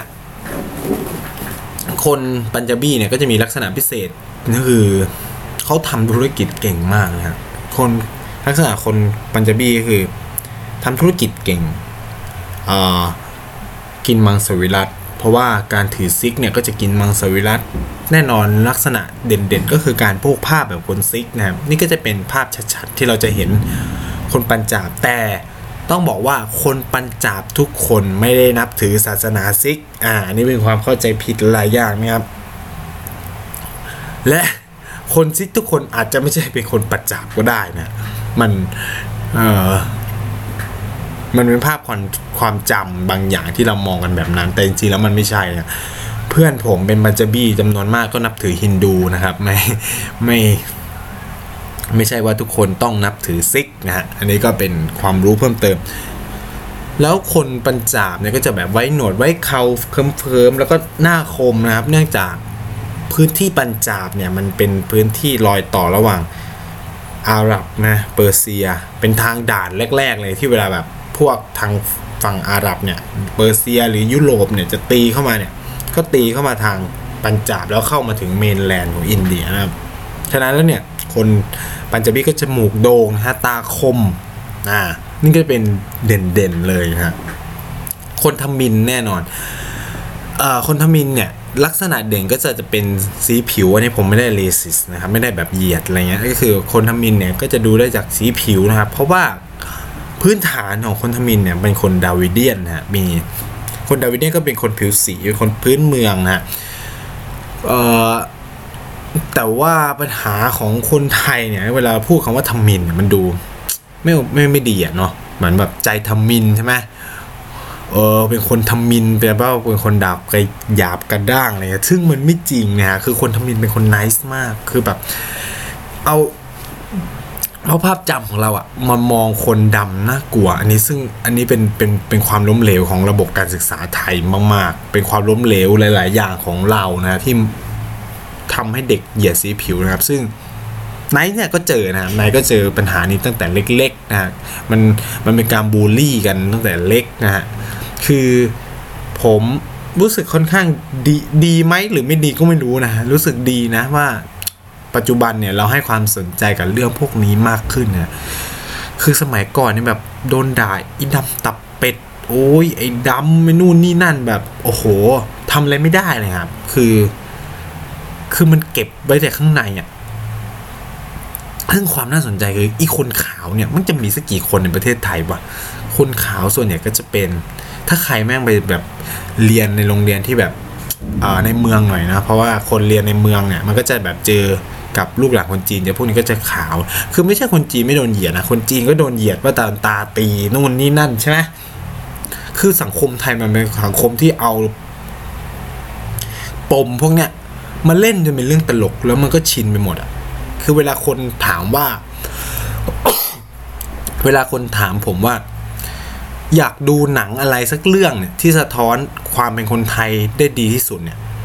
คนปัญจาบีเนี่ยก็จะมีลักษณะพิเศษก็คือเขาทำธุรกิจเก่งมากนะครับคนลักษณะคนปัญจาบีก็คือทำธุรกิจเก่งอ่ากินมังสวิรัติเพราะว่าการถือซิกเนี่ยก็จะกินมังสวิรัติแน่นอนลักษณะเด่นๆก็คือการโพกผ้าแบบคนซิกนะครับนี่ก็จะเป็นภาพชัดๆที่เราจะเห็นคนปัญจาบแต่ต้องบอกว่าคนปัญจาบทุกคนไม่ได้นับถือศาสนาซิกอ่าอันนี้เป็นความเข้าใจผิดหลายอย่างนะครับและคนซิกทุกคนอาจจะไม่ใช่เป็นคนปัญจาบก็ได้นะมันเอ่อมันเป็นภาพความความจำบางอย่างที่เรามองกันแบบนั้นแต่จริงๆแล้วมันไม่ใช่นะเพื่อนผมเป็นปัญจาบีจำนวนมากก็นับถือฮินดูนะครับไม่ไม่ไม่ใช่ว่าทุกคนต้องนับถือซิกนะฮะอันนี้ก็เป็นความรู้เพิ่มเติมแล้วคนปัญจาบเนี่ยก็จะแบบไว้หนวดไว้เคราเคิมๆแล้วก็หน้าคมนะครับเนื่องจากพื้นที่ปัญจาบเนี่ยมันเป็นพื้นที่รอยต่อระหว่างอาหรับนะเปอร์เซียเป็นทางด่านแรกๆเลยที่เวลาแบบพวกทางฝั่งอาหรับเนี่ยเปอร์เซียหรือยุโรปเนี่ยจะตีเข้ามาเนี่ยก็ตีเข้ามาทางปัญจาบแล้วเข้ามาถึงเมนแลนด์ของอินเดียนะครับฉะนั้นแล้วเนี่ยคนปัญจาบีก็จมูกโด่งนะฮะตาคมอ่านี่ก็เป็นเด่นๆเลยนะคนทมิฬแน่นอนเอ่อคนทมิฬเนี่ยลักษณะเด่นก็จะจะเป็นสีผิวอันนี้ผมไม่ได้เลสิสนะครับไม่ได้แบบเหยียดอะไรเงี้ยก็คือคนทมิฬเนี่ยก็จะดูได้จากสีผิวนะครับเพราะว่าพื้นฐานของคนทมิฬเนี่ยเป็นคนดาวิเดียนนะฮะมีคนดาวิเดียนก็เป็นคนผิวสีเป็นคนพื้นเมืองนะเอ่อแต่ว่าปัญหาของคนไทยเนี่ยเวลาพูดคำว่าทมิฬมันดูไม่ไม่ไม่ดีอ่ะเนาะเหมือนแบบใจทมิฬใช่ไหมเออเป็นคนทมิฬแปลว่าเป็นคนดาบกระหยาบกระด้างอะไรเงี้ยซึ่งมันไม่จริงนะฮะคือคนทมิฬเป็นคนไนซ์มากคือแบบเอาเอาภาพจำของเราอะมามองคนดำน่ากลัวอันนี้ซึ่งอันนี้เป็นเป็นเป็นความล้มเหลวของระบบการศึกษาไทยมากๆเป็นความล้มเหลวหลายๆอย่างของเรานะที่ทำให้เด็กเหยียดสีผิวนะครับซึ่งไนท์เนี่ยก็เจอนะไนท์ก็เจอปัญหานี้ตั้งแต่เล็กๆนะมันมันเป็นการบูลลี่กันตั้งแต่เล็กนะฮะคือผมรู้สึกค่อนข้างดีดีไหมหรือไม่ดีก็ไม่รู้นะรู้สึกดีนะว่าปัจจุบันเนี่ยเราให้ความสนใจกับเรื่องพวกนี้มากขึ้นนะคือสมัยก่อนเนี่ยแบบโดนด่าอีดำตับเป็ดโอ้ยไอ้ดำไม่นู่นนี่นั่นแบบโอ้โหทำอะไรไม่ได้เลยครับคือคือมันเก็บไว้แต่ข้างในอ่ะซึ่งความน่าสนใจคืออีคนขาวเนี่ยมันจะมีสักกี่คนในประเทศไทยวะคนขาวส่วนใหญ่ก็จะเป็นถ้าใครแม่งไปแบบเรียนในโรงเรียนที่แบบในเมืองหน่อยนะเพราะว่าคนเรียนในเมืองเนี่ยมันก็จะแบบเจอกับลูกหลานคนจีนเดี๋ยวพวกนี้ก็จะขาวคือไม่ใช่คนจีนไม่โดนเหยียดนะคนจีนก็โดนเหยียดว่าตาตาตีนู่นนี่นั่นใช่ไหมคือสังคมไทยมันเป็นสังคมที่เอาปมพวกเนี้ยมาเล่นจนเป็นเรื่องตลกแล้วมันก็ชินไปหมดอ่ะคือเวลาคนถามว่า เวลาคนถามผมว่าอยากดูหนังอะไรสักเรื่องเนี่ยที่สะท้อนความเป็นคนไทยได้ดีที่สุดเนี่ย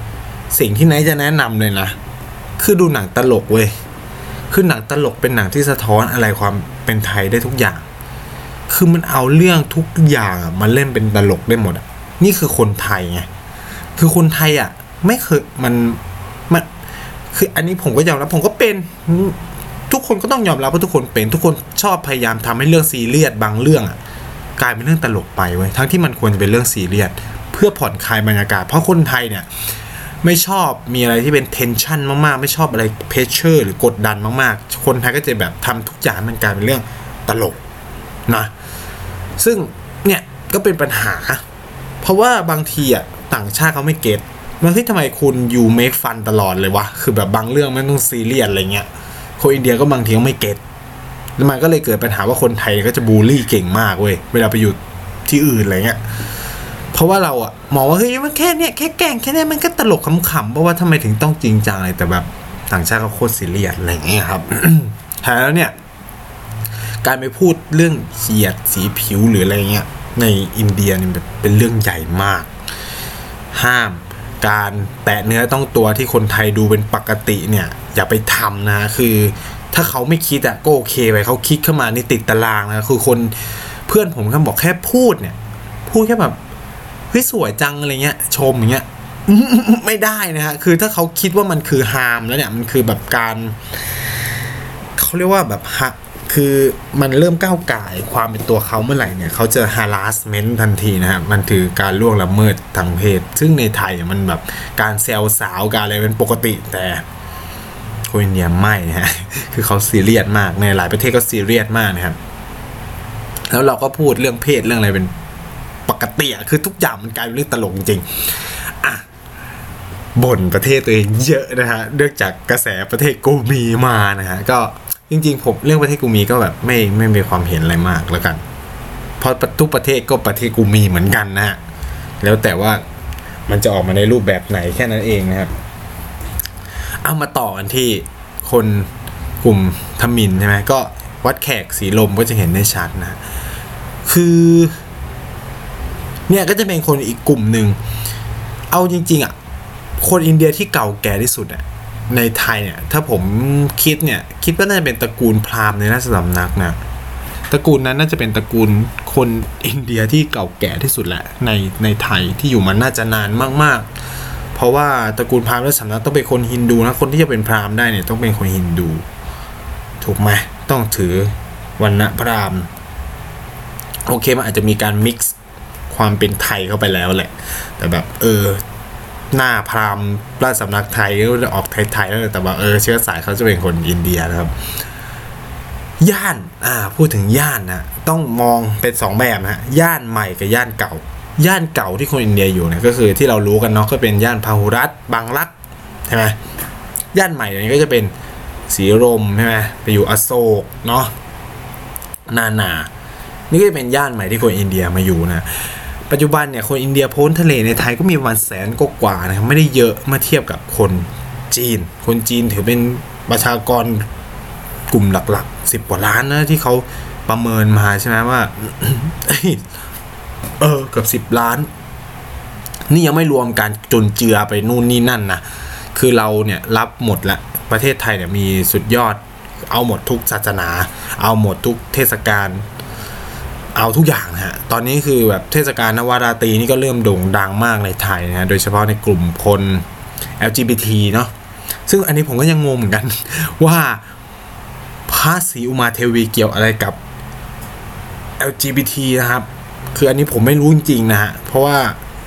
สิ่งที่ไนท์จะแนะนำเลยนะคือดูหนังตลกเว้ยคือหนังตลกเป็นหนังที่สะท้อนอะไรความเป็นไทยได้ทุกอย่างคือมันเอาเรื่องทุกอย่างมาเล่นเป็นตลกได้หมดอ่ะนี่คือคนไทยไงคือคนไทยอ่ะไม่เคยมันมันคืออันนี้ผมก็ยอมรับผมก็เป็นทุกคนก็ต้องยอมรับว่าทุกคนเป็นทุกคนชอบพยายามทำให้เรื่องซีเรียสบางเรื่องอ่ะกลายเป็นเรื่องตลกไปเว้ยทั้งที่มันควรจะเป็นเรื่องซีเรียสเพื่อผ่อนคลายบรรยากาศเพราะคนไทยเนี่ยไม่ชอบมีอะไรที่เป็นเทนชันมากๆไม่ชอบอะไรเพชเชอร์หรือกดดันมากๆคนไทยก็จะแบบทำทุกอย่างมันกลายเป็นเรื่องตลกนะซึ่งเนี่ยก็เป็นปัญหาเพราะว่าบางทีอ่ะต่างชาติเขาไม่เก็ตว่าเฮ้ยทำไมคุณยูเมคฟันตลอดเลยวะคือแบบบางเรื่องไม่ต้องซีเรียสอะไรเงี้ยคนอินเดียก็บางทีก็ไม่เก็ตแล้วมันก็เลยเกิดปัญหาว่าคนไทยก็จะบูลลี่เก่งมากเว้ยเวลาไปอยู่ที่อื่นอะไรเงี้ยเพราะว่าเราอะมองว่าเฮ้ยมันแค่เนี้ยแค่แกล้งแค่เนี้ยมันก็ตลกขำๆเพราะว่าทำไมถึงต้องจริงจังอะไรแต่แบบต่างชาติเขาโคตรซีเรียสอะไรเงี้ยครับ แล้วเนี่ยการไปพูดเรื่องเหยียดสีผิวหรืออะไรเงี้ยในอินเดียเนี่ยเป็นเรื่องใหญ่มากห้ามการแตะเนื้อต้องตัวที่คนไทยดูเป็นปกติเนี่ยอย่าไปทำนะคือถ้าเขาไม่คิดอะก็โอเคไปเขาคิดเข้ามานี่ติดตารางนะคือคนเพื่อนผมเขาบอกแค่พูดเนี่ยพูดแค่แบบเฮ้ยสวยจังอะไรเงี้ยชมอย่างเงี้ย ไม่ได้นะฮะคือถ้าเขาคิดว่ามันคือฮาร์มแล้วเนี่ยมันคือแบบการเขาเรียกว่าแบบฮะคือมันเริ่มก้าวก่ายความเป็นตัวเขาเมื่อไหร่เนี่ยเขาจะ harassment ทันทีนะฮะมันถือการล่วงละเมิดทางเพศซึ่งในไทยมันแบบการแซวสาวการอะไรเป็นปกติแต่คนอินเดียไม่นะฮะคือเขาซีเรียสมากในหลายประเทศก็ซีเรียสมากนะครับแล้วเราก็พูดเรื่องเพศเรื่องอะไรเป็นปกติคือทุกอย่างมันกลายเป็นเรื่องตลกจริงๆอ่ะบ่นประเทศตัวเองเยอะนะฮะเนื่องจากกระแสประเทศกูมีมานะฮะก็จริงๆผมเรื่องประเทศกูมีก็แบบไม่ไม่มีความเห็นอะไรมากแล้วกันเพราะทุกประเทศก็ประเทศกูมีเหมือนกันนะฮะแล้วแต่ว่ามันจะออกมาในรูปแบบไหนแค่นั้นเองนะครับเอามาต่อกันที่คนกลุ่มทมิฬใช่ไหมก็วัดแขกสีลมก็จะเห็นได้ชัดนะคือเนี่ยก็จะเป็นคนอีกกลุ่มหนึ่งเอาจริงๆอ่ะคนอินเดียที่เก่าแก่ที่สุดอ่ะในไทยเนี่ยถ้าผมคิดเนี่ยคิดว่าน่าจะเป็นตระกูลพราหมณ์ในราชสำนักนะตระกูลนั้นน่าจะเป็นตระกูลคนอินเดียที่เก่าแก่ที่สุดแหละในในไทยที่อยู่มาน่าจะนานมากๆเพราะว่าตระกูลพราหมณ์ราชสำนักต้องเป็นคนฮินดูนะคนที่จะเป็นพราหมณ์ได้เนี่ยต้องเป็นคนฮินดูถูกไหมต้องถือวรรณะพราหมณ์โอเคมันอาจจะมีการมิกซ์ความเป็นไทยเข้าไปแล้วแหละแต่แบบเออหน้าพราหมณ์ราชสำนักไทยก็จะออกไทยๆแล้วแต่ว่าเออเชื้อสายเขาจะเป็นคนอินเดียนะครับย่านอ่าพูดถึงย่านนะต้องมองเป็นสองแบบนะย่านใหม่กับย่านเก่าย่านเก่าที่คนอินเดียอยู่เนี่ยก็คือที่เรารู้กันเนาะก็เป็นย่านพหุรัตน์บางรักใช่ไหมย่านใหม่เนี่ยก็จะเป็นสีลมใช่ไหมไปอยู่อโศกเนาะนานานี่ก็จะเป็นย่านใหม่ที่คนอินเดียมาอยู่นะปัจจุบันเนี่ยคนอินเดียพ้นทะเลในไทยก็มีประมาณแสนกว่าๆนะครับไม่ได้เยอะเมื่อเทียบกับคนจีนคนจีนถือเป็นประชากรกลุ่มหลักๆสิบกว่าล้านนะที่เขาประเมินมาใช่ไหมว่า เออเกือบสิบล้านนี่ยังไม่รวมการจนเจือไปนู่นนี่นั่นนะคือเราเนี่ยรับหมดละประเทศไทยเนี่ยมีสุดยอดเอาหมดทุกศาสนาเอาหมดทุกเทศกาลเอาทุกอย่างนะฮะตอนนี้คือแบบเทศกาลนวราตรีนี่ก็เริ่มโด่งดังมากในไทยนะโดยเฉพาะในกลุ่มคน แอล จี บี ที เนาะซึ่งอันนี้ผมก็ยังงงเหมือนกันว่าพระศรีอุมาเทวีเกี่ยวอะไรกับ แอล จี บี ที นะครับคืออันนี้ผมไม่รู้จริงๆนะฮะเพราะว่า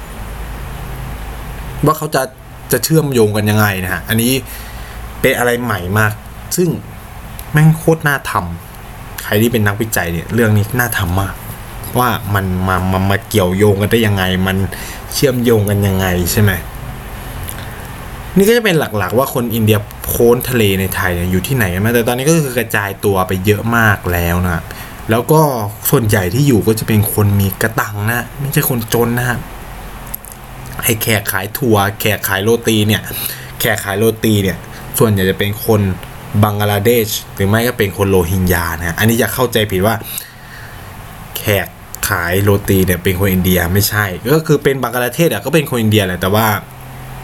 ว่าเขาจะจะเชื่อมโยงกันยังไงนะฮะอันนี้เป็นอะไรใหม่มากซึ่งแม่งโคตรน่าทำใครที่เป็นนักวิจัยเนี่ยเรื่องนี้น่าทำมากว่ามันมามามาเกี่ยวโยงกันได้ยังไงมันเชื่อมโยงกันยังไงใช่ไหมนี่ก็จะเป็นหลักๆว่าคนอินเดียพ้นทะเลในไทยอยู่ที่ไหนกันมาแต่ตอนนี้ก็คือกระจายตัวไปเยอะมากแล้วนะแล้วก็ส่วนใหญ่ที่อยู่ก็จะเป็นคนมีกระตังนะไม่ใช่คนจนนะฮะให้แขกขายถั่วแขกขายโรตีเนี่ยแขกขายโรตีเนี่ยส่วนใหญ่จะเป็นคนบังกลาเทศหรือไม่ก็เป็นคนโรฮิงญานะอันนี้อย่าเข้าใจผิดว่าแขกขายโรตีเนี่ยเป็นคนอินเดียไม่ใช่ก็คือเป็นบังกลาเทศอ่ะก็เป็นคนอินเดียแหละแต่ว่า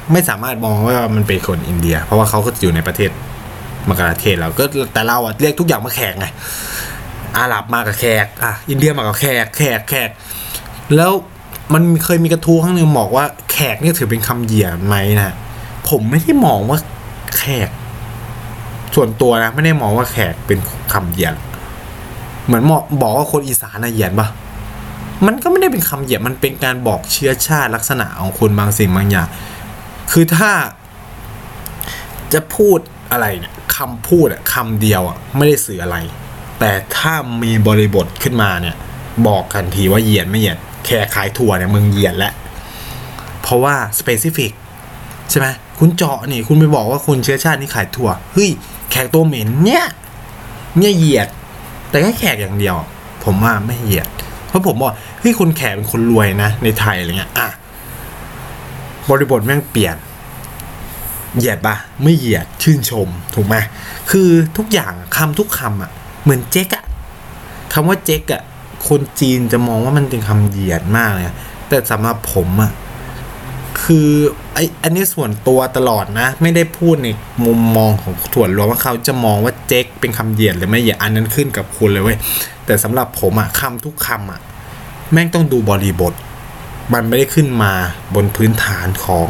ไม่สามารถมองว่ามันเป็นคนอินเดียเพราะว่าเขาก็อยู่ในประเทศมกราเทศเราก็แต่เราอะเรียกทุกอย่างมาแขกไงอาหรับมากับแขกอ่ะอินเดียมากับแขกแขกแขกแล้วมันเคยมีกระทู้ครั้งนึงบอกว่าแขกนี่ถือเป็นคำเหยียดไหมนะผมไม่ได้มองว่าแขกส่วนตัวนะไม่ได้มองว่าแขกเป็นคำเหยียดเหมือนบอกว่าคนอีสานน่ะเหยียดปะมันก็ไม่ได้เป็นคำเหยียดมันเป็นการบอกเชื้อชาติลักษณะของคนบางสิ่งบางอย่างคือถ้าจะพูดอะไรเนี่ยคำพูดอะคำเดียวอะไม่ได้สื่ออะไรแต่ถ้ามีบริบทขึ้นมาเนี่ยบอกกันทีว่าเหยียดไม่เหยียดแขกขายถั่วเนี่ยมึงเหยียดแล้วเพราะว่า specific ใช่ไหมคุณเจาะนี่คุณไปบอกว่าคนเชื้อชาตินี้ขายถั่วเฮ้ยแขกตัวเหม็นเนี่ยเนี่ยเหยียดแต่แค่แขกอย่างเดียวผมว่าไม่เหยียดเพราะผมบอกเฮ้ยคนแขกเป็นคนรวยนะในไทยอะไรเงี้ยอ่ะบริบทแม่งเปลี่ยนเหยียดปะไม่เหยียดชื่นชมถูกไหมคือทุกอย่างคำทุกคำอ่ะเหมือนเจ๊กอะคำว่าเจ๊กอะคนจีนจะมองว่ามันเป็นคำเหยียดมากเลยแต่สำหรับผมอะคือไออันนี้ส่วนตัวตลอดนะไม่ได้พูดในมุมมองของส่วนรวมว่าเขาจะมองว่าเจ๊กเป็นคำเหยียดหรือไม่เหยียดอันนั้นขึ้นกับคุณเลยเว้ยแต่สำหรับผมอะคำทุกคำอะแม่งต้องดูบริบทมันไม่ได้ขึ้นมาบนพื้นฐานของ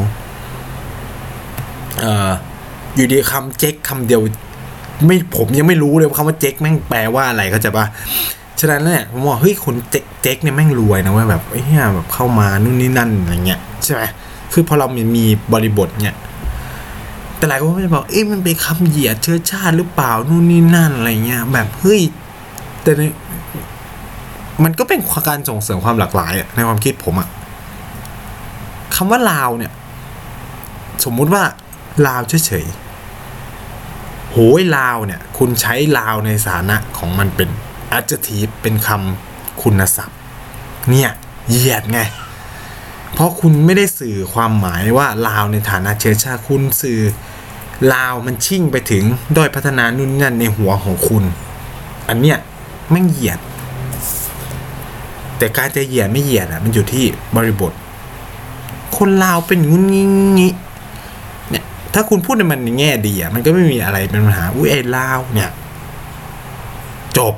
เอ่ออยู่ดีคำเจ๊กคำเดียวไม่ผมยังไม่รู้เลยว่าคำว่าเจ๊กแม่งแปลว่าอะไรเข้าใจปะฉะนั้นเนี่ยผมบอกเฮ้ยคนเจ๊กเจ๊กเนี่ยแม่งรวยนะเว้ยแบบเฮ้ยแบบเข้ามานู่นนี่นั่นอะไรเงี้ยใช่ไหมคือพอเรามีมีบริบทเนี่ยแต่หลายคนก็จะบอกเอ๊ะมันเป็นคำเหยียดเชื้อชาติหรือเปล่านู่นนี่นั่นอะไรเงี้ยแบบเฮ้ยแต่ในมันก็เป็นการส่งเสริมความหลากหลายในความคิดผมอะคำว่าลาวเนี่ยสมมุติว่าลาวเฉยๆโหยลาวเนี่ยคุณใช้ลาวในฐานะของมันเป็น adjective เป็นคำคุณศัพท์เนี่ยเหยียดไงเพราะคุณไม่ได้สื่อความหมายว่าลาวในฐานะเชื้อชาติคุณสื่อลาวมันชิ่งไปถึงด้อยพัฒนานู่นนั่นในหัวของคุณอันเนี้ยไม่เหยียดแต่การจะเหยียดไม่เหยียดอ่ะมันอยู่ที่บริบทคนลาวเป็นงุ้นงี้เนี่ยถ้าคุณพูดในมันในแง่ดีอ่ะมันก็ไม่มีอะไรเป็นปัญหาอุ้ยไอ้ลาวเนี่ยจบ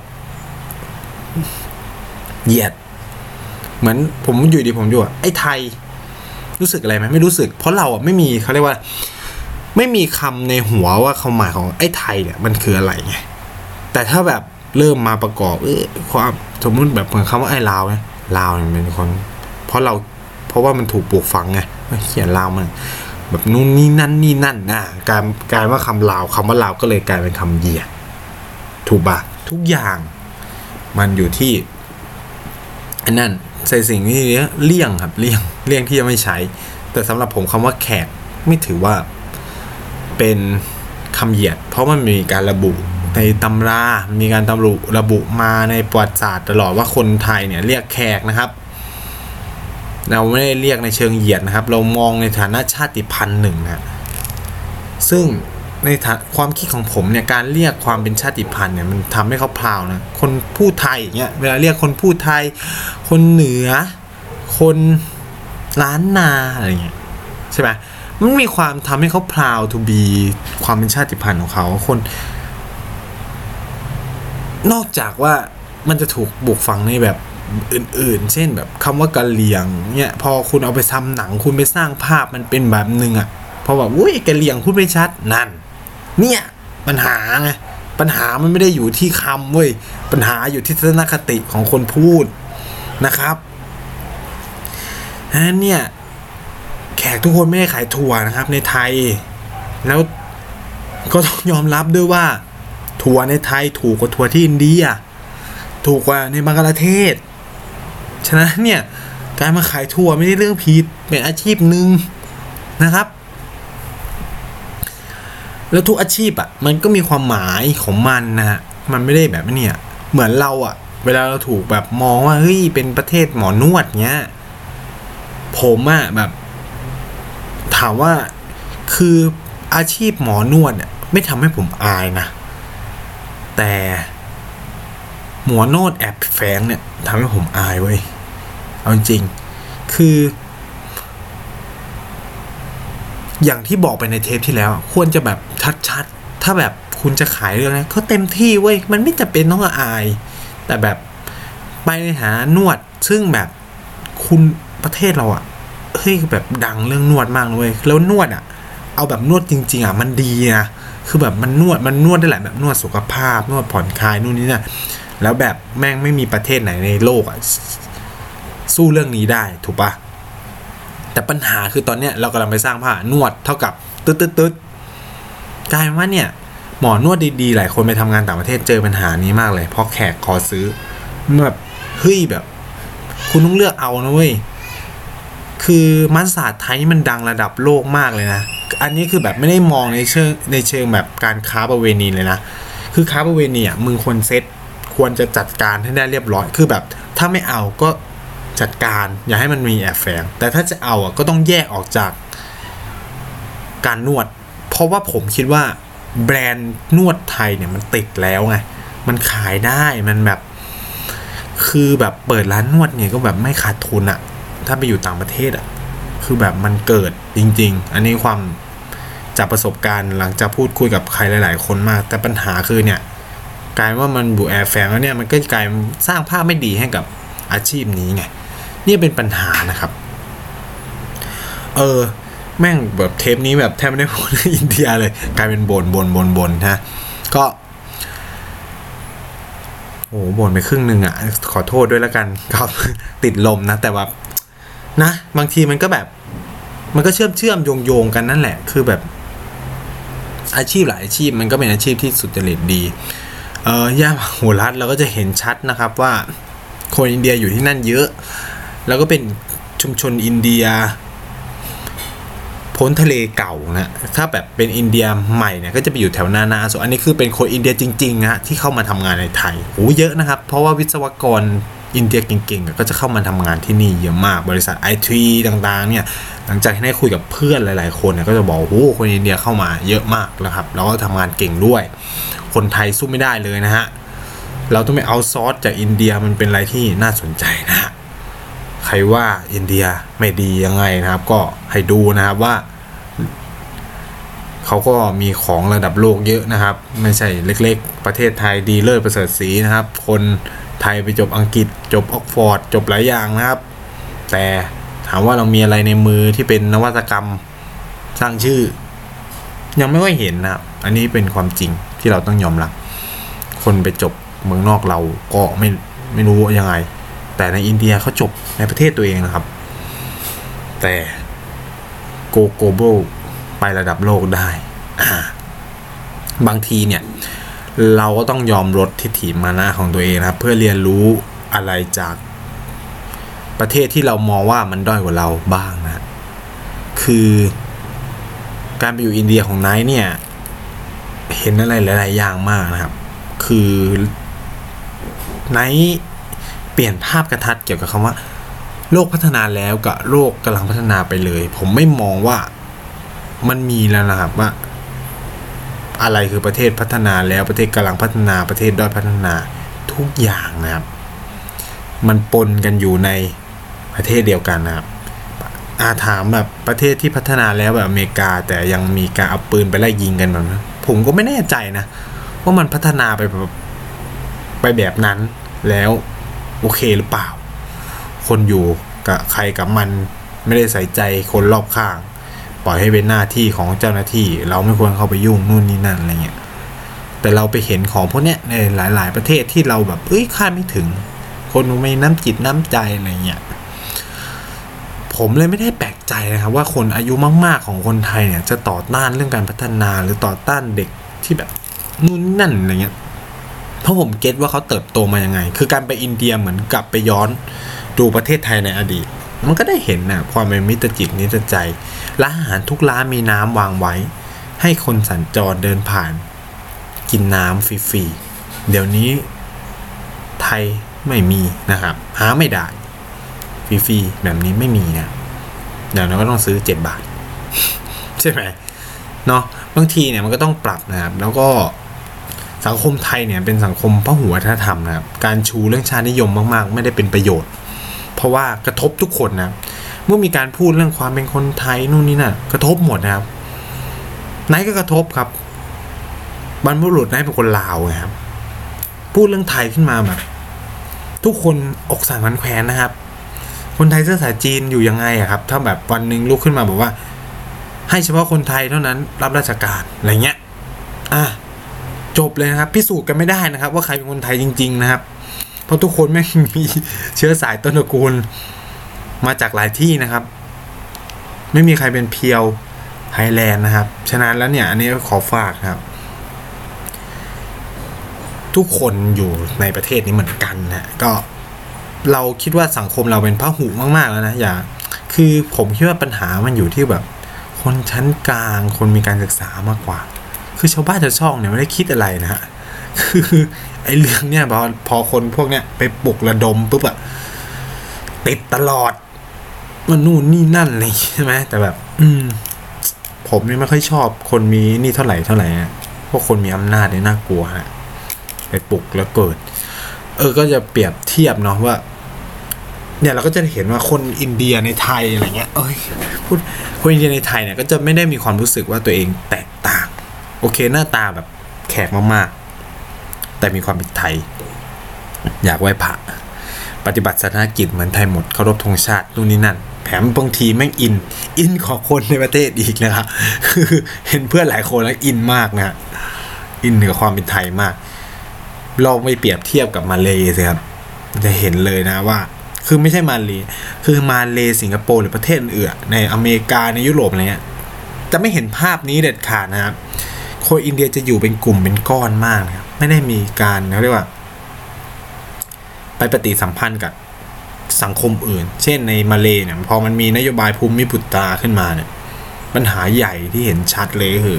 เหยียดเหมือนผมอยู่ดีผมอยู่ไอ้ไทยรู้สึกอะไรไหมไม่รู้สึกเพราะเราอ่ะไม่มีเขาเรียกว่าไม่มีคำในหัวว่าความหมายของไอ้ไทยเนี่ยมันคืออะไรไงแต่ถ้าแบบเริ่มมาประกอบเออความสมมติแบบเหมือนคำว่าไอ้ลาวนะลาวเนี่ยเป็นคนเพราะเราเพราะว่ามันถูกปลูกฝังไงเขียนลาวมันแบบนู่นนี่นั่นนี่นั่นนะการการว่าคำลาวคำว่าลาวก็เลยกลายเป็นคำเหยียดถูกปะทุกอย่างมันอยู่ที่อันนั้นใส่สิ่งที่นี้เลี่ยงครับเลี่ยงเลี่ยงที่จะไม่ใช้แต่สำหรับผมคำว่าแขกไม่ถือว่าเป็นคำเหยียดเพราะมันมีการระบุในตำรามีการตำรุระบุมาในประวัติศาสตร์ตลอดว่าคนไทยเนี่ยเรียกแขกนะครับเราไม่ได้เรียกในเชิงเหยียดนะครับเรามองในฐานะชาติพันธุ์หนึ่งนะซึ่งในความคิดของผมเนี่ยการเรียกความเป็นชาติพันธุ์เนี่ยมันทำให้เขาพลาวนะคนพูดไทยอย่างเงี้ยเวลาเรียกคนพูดไทยคนเหนือคนล้านนาอะไรเงี้ยใช่ไหมมันมีความทำให้เขาพลาวทูบีความเป็นชาติพันธุ์ของเขาคนนอกจากว่ามันจะถูกปลูกฝังในแบบอื่นๆเช่นแบบคำว่ากะเหรี่ยงเนี่ยพอคุณเอาไปทำหนังคุณไปสร้างภาพมันเป็นแบบนึงอ่ะพอแบบอุ้ยกะเหรี่ยงพูดไม่ชัดนั่นเนี่ยปัญหาไงปัญหามันไม่ได้อยู่ที่คำเว้ยปัญหาอยู่ที่ทัศนคติของคนพูดนะครับนั่นเนี่ยแขกทุกคนไม่ได้ขายถั่วนะครับในไทยแล้วก็ต้องยอมรับด้วยว่าถั่วในไทยถูกกว่าถั่วที่อินเดียถูกกว่าในบังกลาเทศฉะนั้นเนี่ยการมาขายถั่วไม่ได้เรื่องผิดเป็นอาชีพหนึ่งนะครับแล้วทุกอาชีพอ่ะมันก็มีความหมายของมันนะฮะมันไม่ได้แบบนี้เหมือนเราอ่ะเวลาเราถูกแบบมองว่าเฮ้ยเป็นประเทศหมอนวดเงี้ยผมอ่ะแบบถามว่าคืออาชีพหมอนวดเนี่ยไม่ทำให้ผมอายนะแต่หมอนวดแอบแฝงเนี่ยทำให้ผมอายเว้ยเอาจริงคืออย่างที่บอกไปในเทปที่แล้วควรจะแบบชัดๆถ้าแบบคุณจะขายเรื่องนี้ก็เต็มที่เว้ยมันไม่จำเป็นต้องอายแต่แบบไปหานวดซึ่งแบบคุณประเทศเราอ่ะเฮ้ยแบบดังเรื่องนวดมากเลยแล้วนวดอ่ะเอาแบบนวดจริงๆอ่ะมันดีนะคือแบบมันนวดมันนวดได้หลายแบบนวดสุขภาพนวดผ่อนคลายนู่นนี่นะแล้วแบบแม่งไม่มีประเทศไหนในโลกอ่ะสู้เรื่องนี้ได้ถูกปะแต่ปัญหาคือตอนเนี้ยเรากำลังไปสร้างผ้านวดเท่ากับตึ๊ดตึ๊ดตึ๊ดกลายว่าเนี่ยหมอนวดดีๆหลายคนไปทำงานต่างประเทศเจอปัญหานี้มากเลยเพราะแขกขอซื้อแบบเฮ้ยแบบคุณต้องเลือกเอานะเว้ยคือมัสตาร์ดไทยมันดังระดับโลกมากเลยนะอันนี้คือแบบไม่ได้มองในเชิงในเชิงแบบการค้าประเวณีเลยนะคือค้าประเวณีอ่ะมึงควรเซ็ตควรจะจัดการให้ได้เรียบร้อยคือแบบถ้าไม่เอาก็จัดการอย่าให้มันมีแอบแฝงแต่ถ้าจะเอาอ่ะก็ต้องแยกออกจากการนวดเพราะว่าผมคิดว่าแบรนด์นวดไทยเนี่ยมันติดแล้วไงมันขายได้มันแบบคือแบบเปิดร้านนวดเนี่ยก็แบบไม่ขาดทุนอะถ้าไปอยู่ต่างประเทศอะคือแบบมันเกิดจริงๆอันนี้ความจากประสบการณ์หลังจากพูดคุยกับใครหลายๆคนมากแต่ปัญหาคือเนี่ยกลายว่ามันบูแอร์แฝงแล้วเนี่ยมันก็กลายสร้างภาพไม่ดีให้กับอาชีพนี้ไงนี่เป็นปัญหานะครับเออแม่งแบบเทปนี้แบบแทบไม่ได้พูดเรื่องอินเดียเลยกลายเป็นบ่นบ่นบ่นบ่นฮะก็โอ้บ่นไปครึ่งนึงอ่ะขอโทษด้วยแล้วกันครับติดลมนะแต่ว่านะบางทีมันก็แบบมันก็เชื่อมเชื่อมโยงโยงกันนั่นแหละคือแบบอาชีพหลายอาชีพมันก็เป็นอาชีพที่สุจริตดีเออย่าโหรัฐเราก็จะเห็นชัดนะครับว่าคนอินเดียอยู่ที่นั่นเยอะแล้วก็เป็นชุมชนอินเดียพ้นทะเลเก่านะถ้าแบบเป็นอินเดียใหม่เนี่ยก็จะไปอยู่แถวนานาส่วนอันนี้คือเป็นคนอินเดียจริงๆนะที่เข้ามาทำงานในไทยโอ้เยอะนะครับเพราะว่าวิศวกรอินเดียเก่งๆก็จะเข้ามาทำงานที่นี่เยอะมากบริษัท ไอ ที ต่างๆเนี่ยหลังจากที่ได้คุยกับเพื่อนหลายๆคนเนี่ยก็จะบอกโอ้คนอินเดียเข้ามาเยอะมากแล้วครับแล้วก็ทำงานเก่งด้วยคนไทยสู้ไม่ได้เลยนะฮะเราต้องไปเอาซอสจากอินเดียมันเป็นอะไรที่น่าสนใจนะฮะใครว่าอินเดียไม่ดียังไงนะครับก็ให้ดูนะครับว่าเขาก็มีของระดับโลกเยอะนะครับไม่ใช่เล็กๆประเทศไทยดีเลิศประเสริฐศรีนะครับคนไทยไปจบอังกฤษจบออกฟอร์ดจบหลายอย่างนะครับแต่ถามว่าเรามีอะไรในมือที่เป็นนวัตกรรมสร้างชื่อยังไม่ค่อยเห็นนะครับอันนี้เป็นความจริงที่เราต้องยอมรับคนไปจบเมืองนอกเราก็ไม่ไม่รู้ยังไงแต่ในอินเดียเขาจบในประเทศตัวเองนะครับแต่โกโกโบไประดับโลกได้บางทีเนี่ยเราก็ต้องยอมลดทิฐิมานะของตัวเองนะครับเพื่อเรียนรู้อะไรจากประเทศที่เรามองว่ามันด้อยกว่าเราบ้างนะคือการไปอยู่อินเดียของไนท์เนี่ยเห็นอะไรหลายๆอย่างมากนะครับคือไนท์เปลี่ยนภาพกระทัดเกี่ยวกับคำว่าโลกพัฒนาแล้วกับโลกกำลังพัฒนาไปเลยผมไม่มองว่ามันมีแล้วนะครับว่าอะไรคือประเทศพัฒนาแล้วประเทศกำลังพัฒนาประเทศด้อยพัฒนาทุกอย่างนะครับมันปนกันอยู่ในประเทศเดียวกันนะครับอาถามแบบประเทศที่พัฒนาแล้วแบบอเมริกาแต่ยังมีการเอาปืนไปไล่ยิงกันแบบนั้นผมก็ไม่แน่ใจนะว่ามันพัฒนาไปแบบไปแบบนั้นแล้วโอเคหรือเปล่าคนอยู่กับใครกับมันไม่ได้ใส่ใจคนรอบข้างปล่อยให้เป็นหน้าที่ของเจ้าหน้าที่เราไม่ควรเข้าไปยุ่งนู่นนี่นั่นอะไรเงี้ยแต่เราไปเห็นของพวกเนี้ยในหลายๆประเทศที่เราแบบเอ้ยคาดไม่ถึงคนมีน้ำจิตน้ำใจอะไรเงี้ยผมเลยไม่ได้แปลกใจนะครับว่าคนอายุมากๆของคนไทยเนี่ยจะต่อต้านเรื่องการพัฒนาหรือต่อต้านเด็กที่แบบนู่นนั่นอะไรเงี้ยเพราะผมเก็ตว่าเขาเติบโตมายังไงคือการไปอินเดียเหมือนกลับไปย้อนดูประเทศไทยในอดีตมันก็ได้เห็นนะความเป็นมิตรจิตนิตรใจร้านอาหารทุกร้านมีน้ำวางไว้ให้คนสัญจรเดินผ่านกินน้ำฟรีๆเดี๋ยวนี้ไทยไม่มีนะครับหาไม่ได้ฟรีๆแบบนี้ไม่มีนะเดี๋ยวเราก็ต้องซื้อเจ็ดบาทใช่ไหมเนาะบางทีเนี่ยมันก็ต้องปรับนะครับแล้วก็สังคมไทยเนี่ยเป็นสังคมพหุวัฒนธรรมนะครับการชูเรื่องชาตินิยมมากๆไม่ได้เป็นประโยชน์เพราะว่ากระทบทุกคนนะเมื่อมีการพูดเรื่องความเป็นคนไทยนู่นนี่นั่นกระทบหมดนะครับไนท์ก็กระทบครับบรรพบุรุษไนท์เป็นคนลาวไงครับพูดเรื่องไทยขึ้นมาแบบทุกคนอกสั่นขวัญแขวนนะครับคนไทยเชื้อสายจีนอยู่ยังไงอะครับถ้าแบบวันหนึ่งลุกขึ้นมาบอกว่าให้เฉพาะคนไทยเท่านั้นรับราชการอะไรเงี้ยอ่ะจบเลยนะครับพิสูจน์กันไม่ได้นะครับว่าใครเป็นคนไทยจริงๆนะครับเพราะทุกคนแม่งมีเชื้อสายต้นตระกูลมาจากหลายที่นะครับไม่มีใครเป็นเพียวไทยแลนด์นะครับฉะนั้นแล้วเนี่ยอันนี้ขอฝากนะครับทุกคนอยู่ในประเทศนี้เหมือนกันนะก็เราคิดว่าสังคมเราเป็นพหุมากๆแล้วนะอย่าคือผมคิดว่าปัญหามันอยู่ที่แบบคนชั้นกลางคนมีการศึกษามากกว่าคือชาวบ้านชาวช่องเนี่ยไม่ได้คิดอะไรนะฮะคือไอ้เรื่องเนี่ยพอพอคนพวกเนี้ยไปปลุกระดมปุ๊บอะติดตลอดมันนู่นนี่นั่นเลยใช่ไหมแต่แบบอืมผมเนี่ยไม่ค่อยชอบคนมีนี่เท่าไหร่เท่าไหร่นะพวกคนมีอำนาจเนี่ยน่ากลัวฮะไปปลุกแล้วเกิดเออก็จะเปรียบเทียบเนาะว่าเนี่ยเราก็จะเห็นว่าคนอินเดียในไทยอะไรเงี้ยเอ้ยพูดคนอินเดียในไทยเนี่ยก็จะไม่ได้มีความรู้สึกว่าตัวเองแตกต่างโอเคหน้าตาแบบแขกมากๆแต่มีความเป็นไทยอยากไหว้พระปฏิบัติศาสนกิจเหมือนไทยหมดเคารพธงชาตินู่นนี่นั่นแถมบางทีแม่งอินอินของคนในประเทศอีกนะครับคือเห็นเพื่อนหลายคนแล้วอินมากนะอินกับความเป็นไทยมากลองไปเปรียบเทียบกับมาเลย์สิครับจะเห็นเลยนะว่าคือไม่ใช่มาเลย์คือมาเลย์สิงคโปร์หรือประเทศอื่นในอเมริกาในยุโรปอะไรเงี้ยจะไม่เห็นภาพนี้เด็ดขาดนะครับคนอินเดียจะอยู่เป็นกลุ่มเป็นก้อนมากนะครับไม่ได้มีการเขาเรียกว่าไปปฏิสัมพันธ์กับสังคมอื่นเช่นในมาเลย์เนี่ยพอมันมีนโยบายภูมิพุตราขึ้นมาเนี่ยปัญหาใหญ่ที่เห็นชัดเลยคือ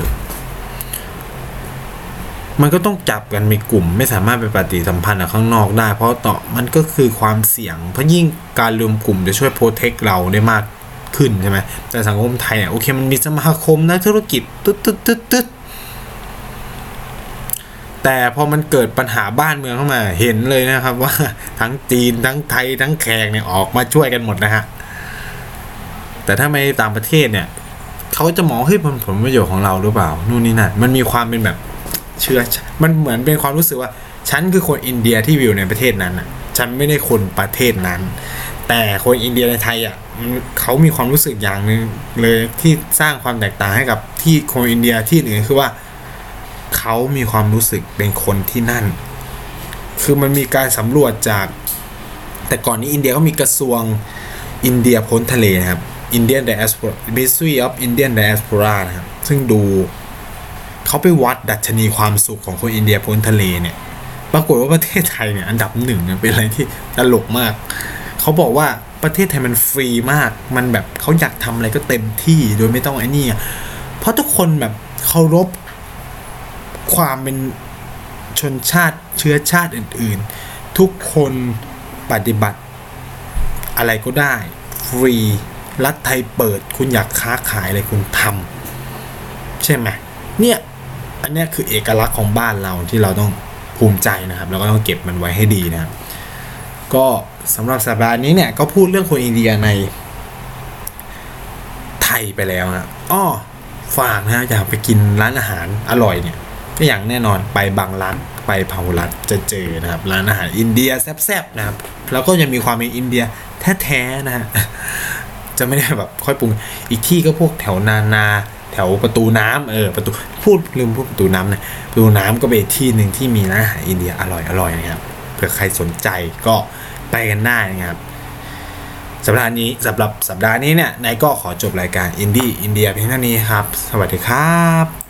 มันก็ต้องจับกันมีกลุ่มไม่สามารถไปปฏิสัมพันธ์กับข้างนอกได้เพราะต่อมันก็คือความเสี่ยงเพราะยิ่งการรวมกลุ่มจะช่วยโปรเทคเราได้มากขึ้นใช่ไหมแต่สังคมไทยเนี่ยโอเคมันมีสมาคมนักธุรกิจตึ๊ดตึ๊ดตึ๊ดตึ๊ดแต่พอมันเกิดปัญหาบ้านเมืองเข้ามาเห็นเลยนะครับว่าทั้งจีนทั้งไทยทั้งแขกเนี่ยออกมาช่วยกันหมดนะฮะแต่ถ้าไม่ต่างประเทศเนี่ยเขาจะมองเฮ้ยผลผลประโยชน์ของเราหรือเปล่านู่นนี่นั่นมันมีความเป็นแบบเชื่อมันเหมือนเป็นความรู้สึกว่าฉันคือคนอินเดียที่อยู่ในประเทศนั้นอ่ะฉันไม่ได้คนประเทศนั้นแต่คนอินเดียในไทยอ่ะเขามีความรู้สึกอย่างนึงเลยที่สร้างความแตกต่างให้กับที่คนอินเดียที่อื่นคือว่าเขามีความรู้สึกเป็นคนที่นั่นคือมันมีการสำรวจจากแต่ก่อนนี้อินเดียก็มีกระทรวงอินเดียพ้นทะเลนะครับ Indian Diaspora Ministry of Indian Diaspora นะครับซึ่งดูเขาไปวัดดัชนีความสุขของคนอินเดียพ้นทะเลเนี่ยปรากฏว่าประเทศไทยเนี่ยอันดับหนึ่งเนี่ยเป็นอะไรที่ตลกมากเขาบอกว่าประเทศไทยมันฟรีมากมันแบบเขาอยากทำอะไรก็เต็มที่โดยไม่ต้องไอ้นี่เพราะทุกคนแบบเคารพความเป็นชนชาติเชื้อชาติอื่นๆทุกคนปฏิบัติอะไรก็ได้ฟรีรัฐไทยเปิดคุณอยากค้าขายอะไรคุณทำใช่ไหมเนี่ยอันนี้คือเอกลักษณ์ของบ้านเราที่เราต้องภูมิใจนะครับแล้วก็ต้องเก็บมันไว้ให้ดีนะครับก็สำหรับสัปดาห์นี้เนี่ยก็พูดเรื่องคนอินเดียในไทยไปแล้วนะอ้อฝากนะอยากไปกินร้านอาหารอร่อยเนี่ยก็อย่างแน่นอนไปบางรักไปเผารัดจะเจอนะครับร้านอาหารอินเดียแซ่บๆนะครับแล้วก็ยังมีความเป็นอินเดียแท้ๆนะฮะจะไม่ได้แบบค่อยปรุงอีกที่ก็พวกแถวนานาแถวประตูน้ำเออประตูพูดลืมพูดประตูน้ำนะประตูน้ำก็เป็นที่หนึ่งที่มีร้านอาหารอินเดียอร่อยๆนะครับเผื่อใครสนใจก็ไปกันได้นะครับสัปดาห์นี้สำหรับสัปดาห์นี้เนี่ยนายก็ขอจบรายการอินดี้อินเดียเพียงเท่านี้ครับสวัสดีครับ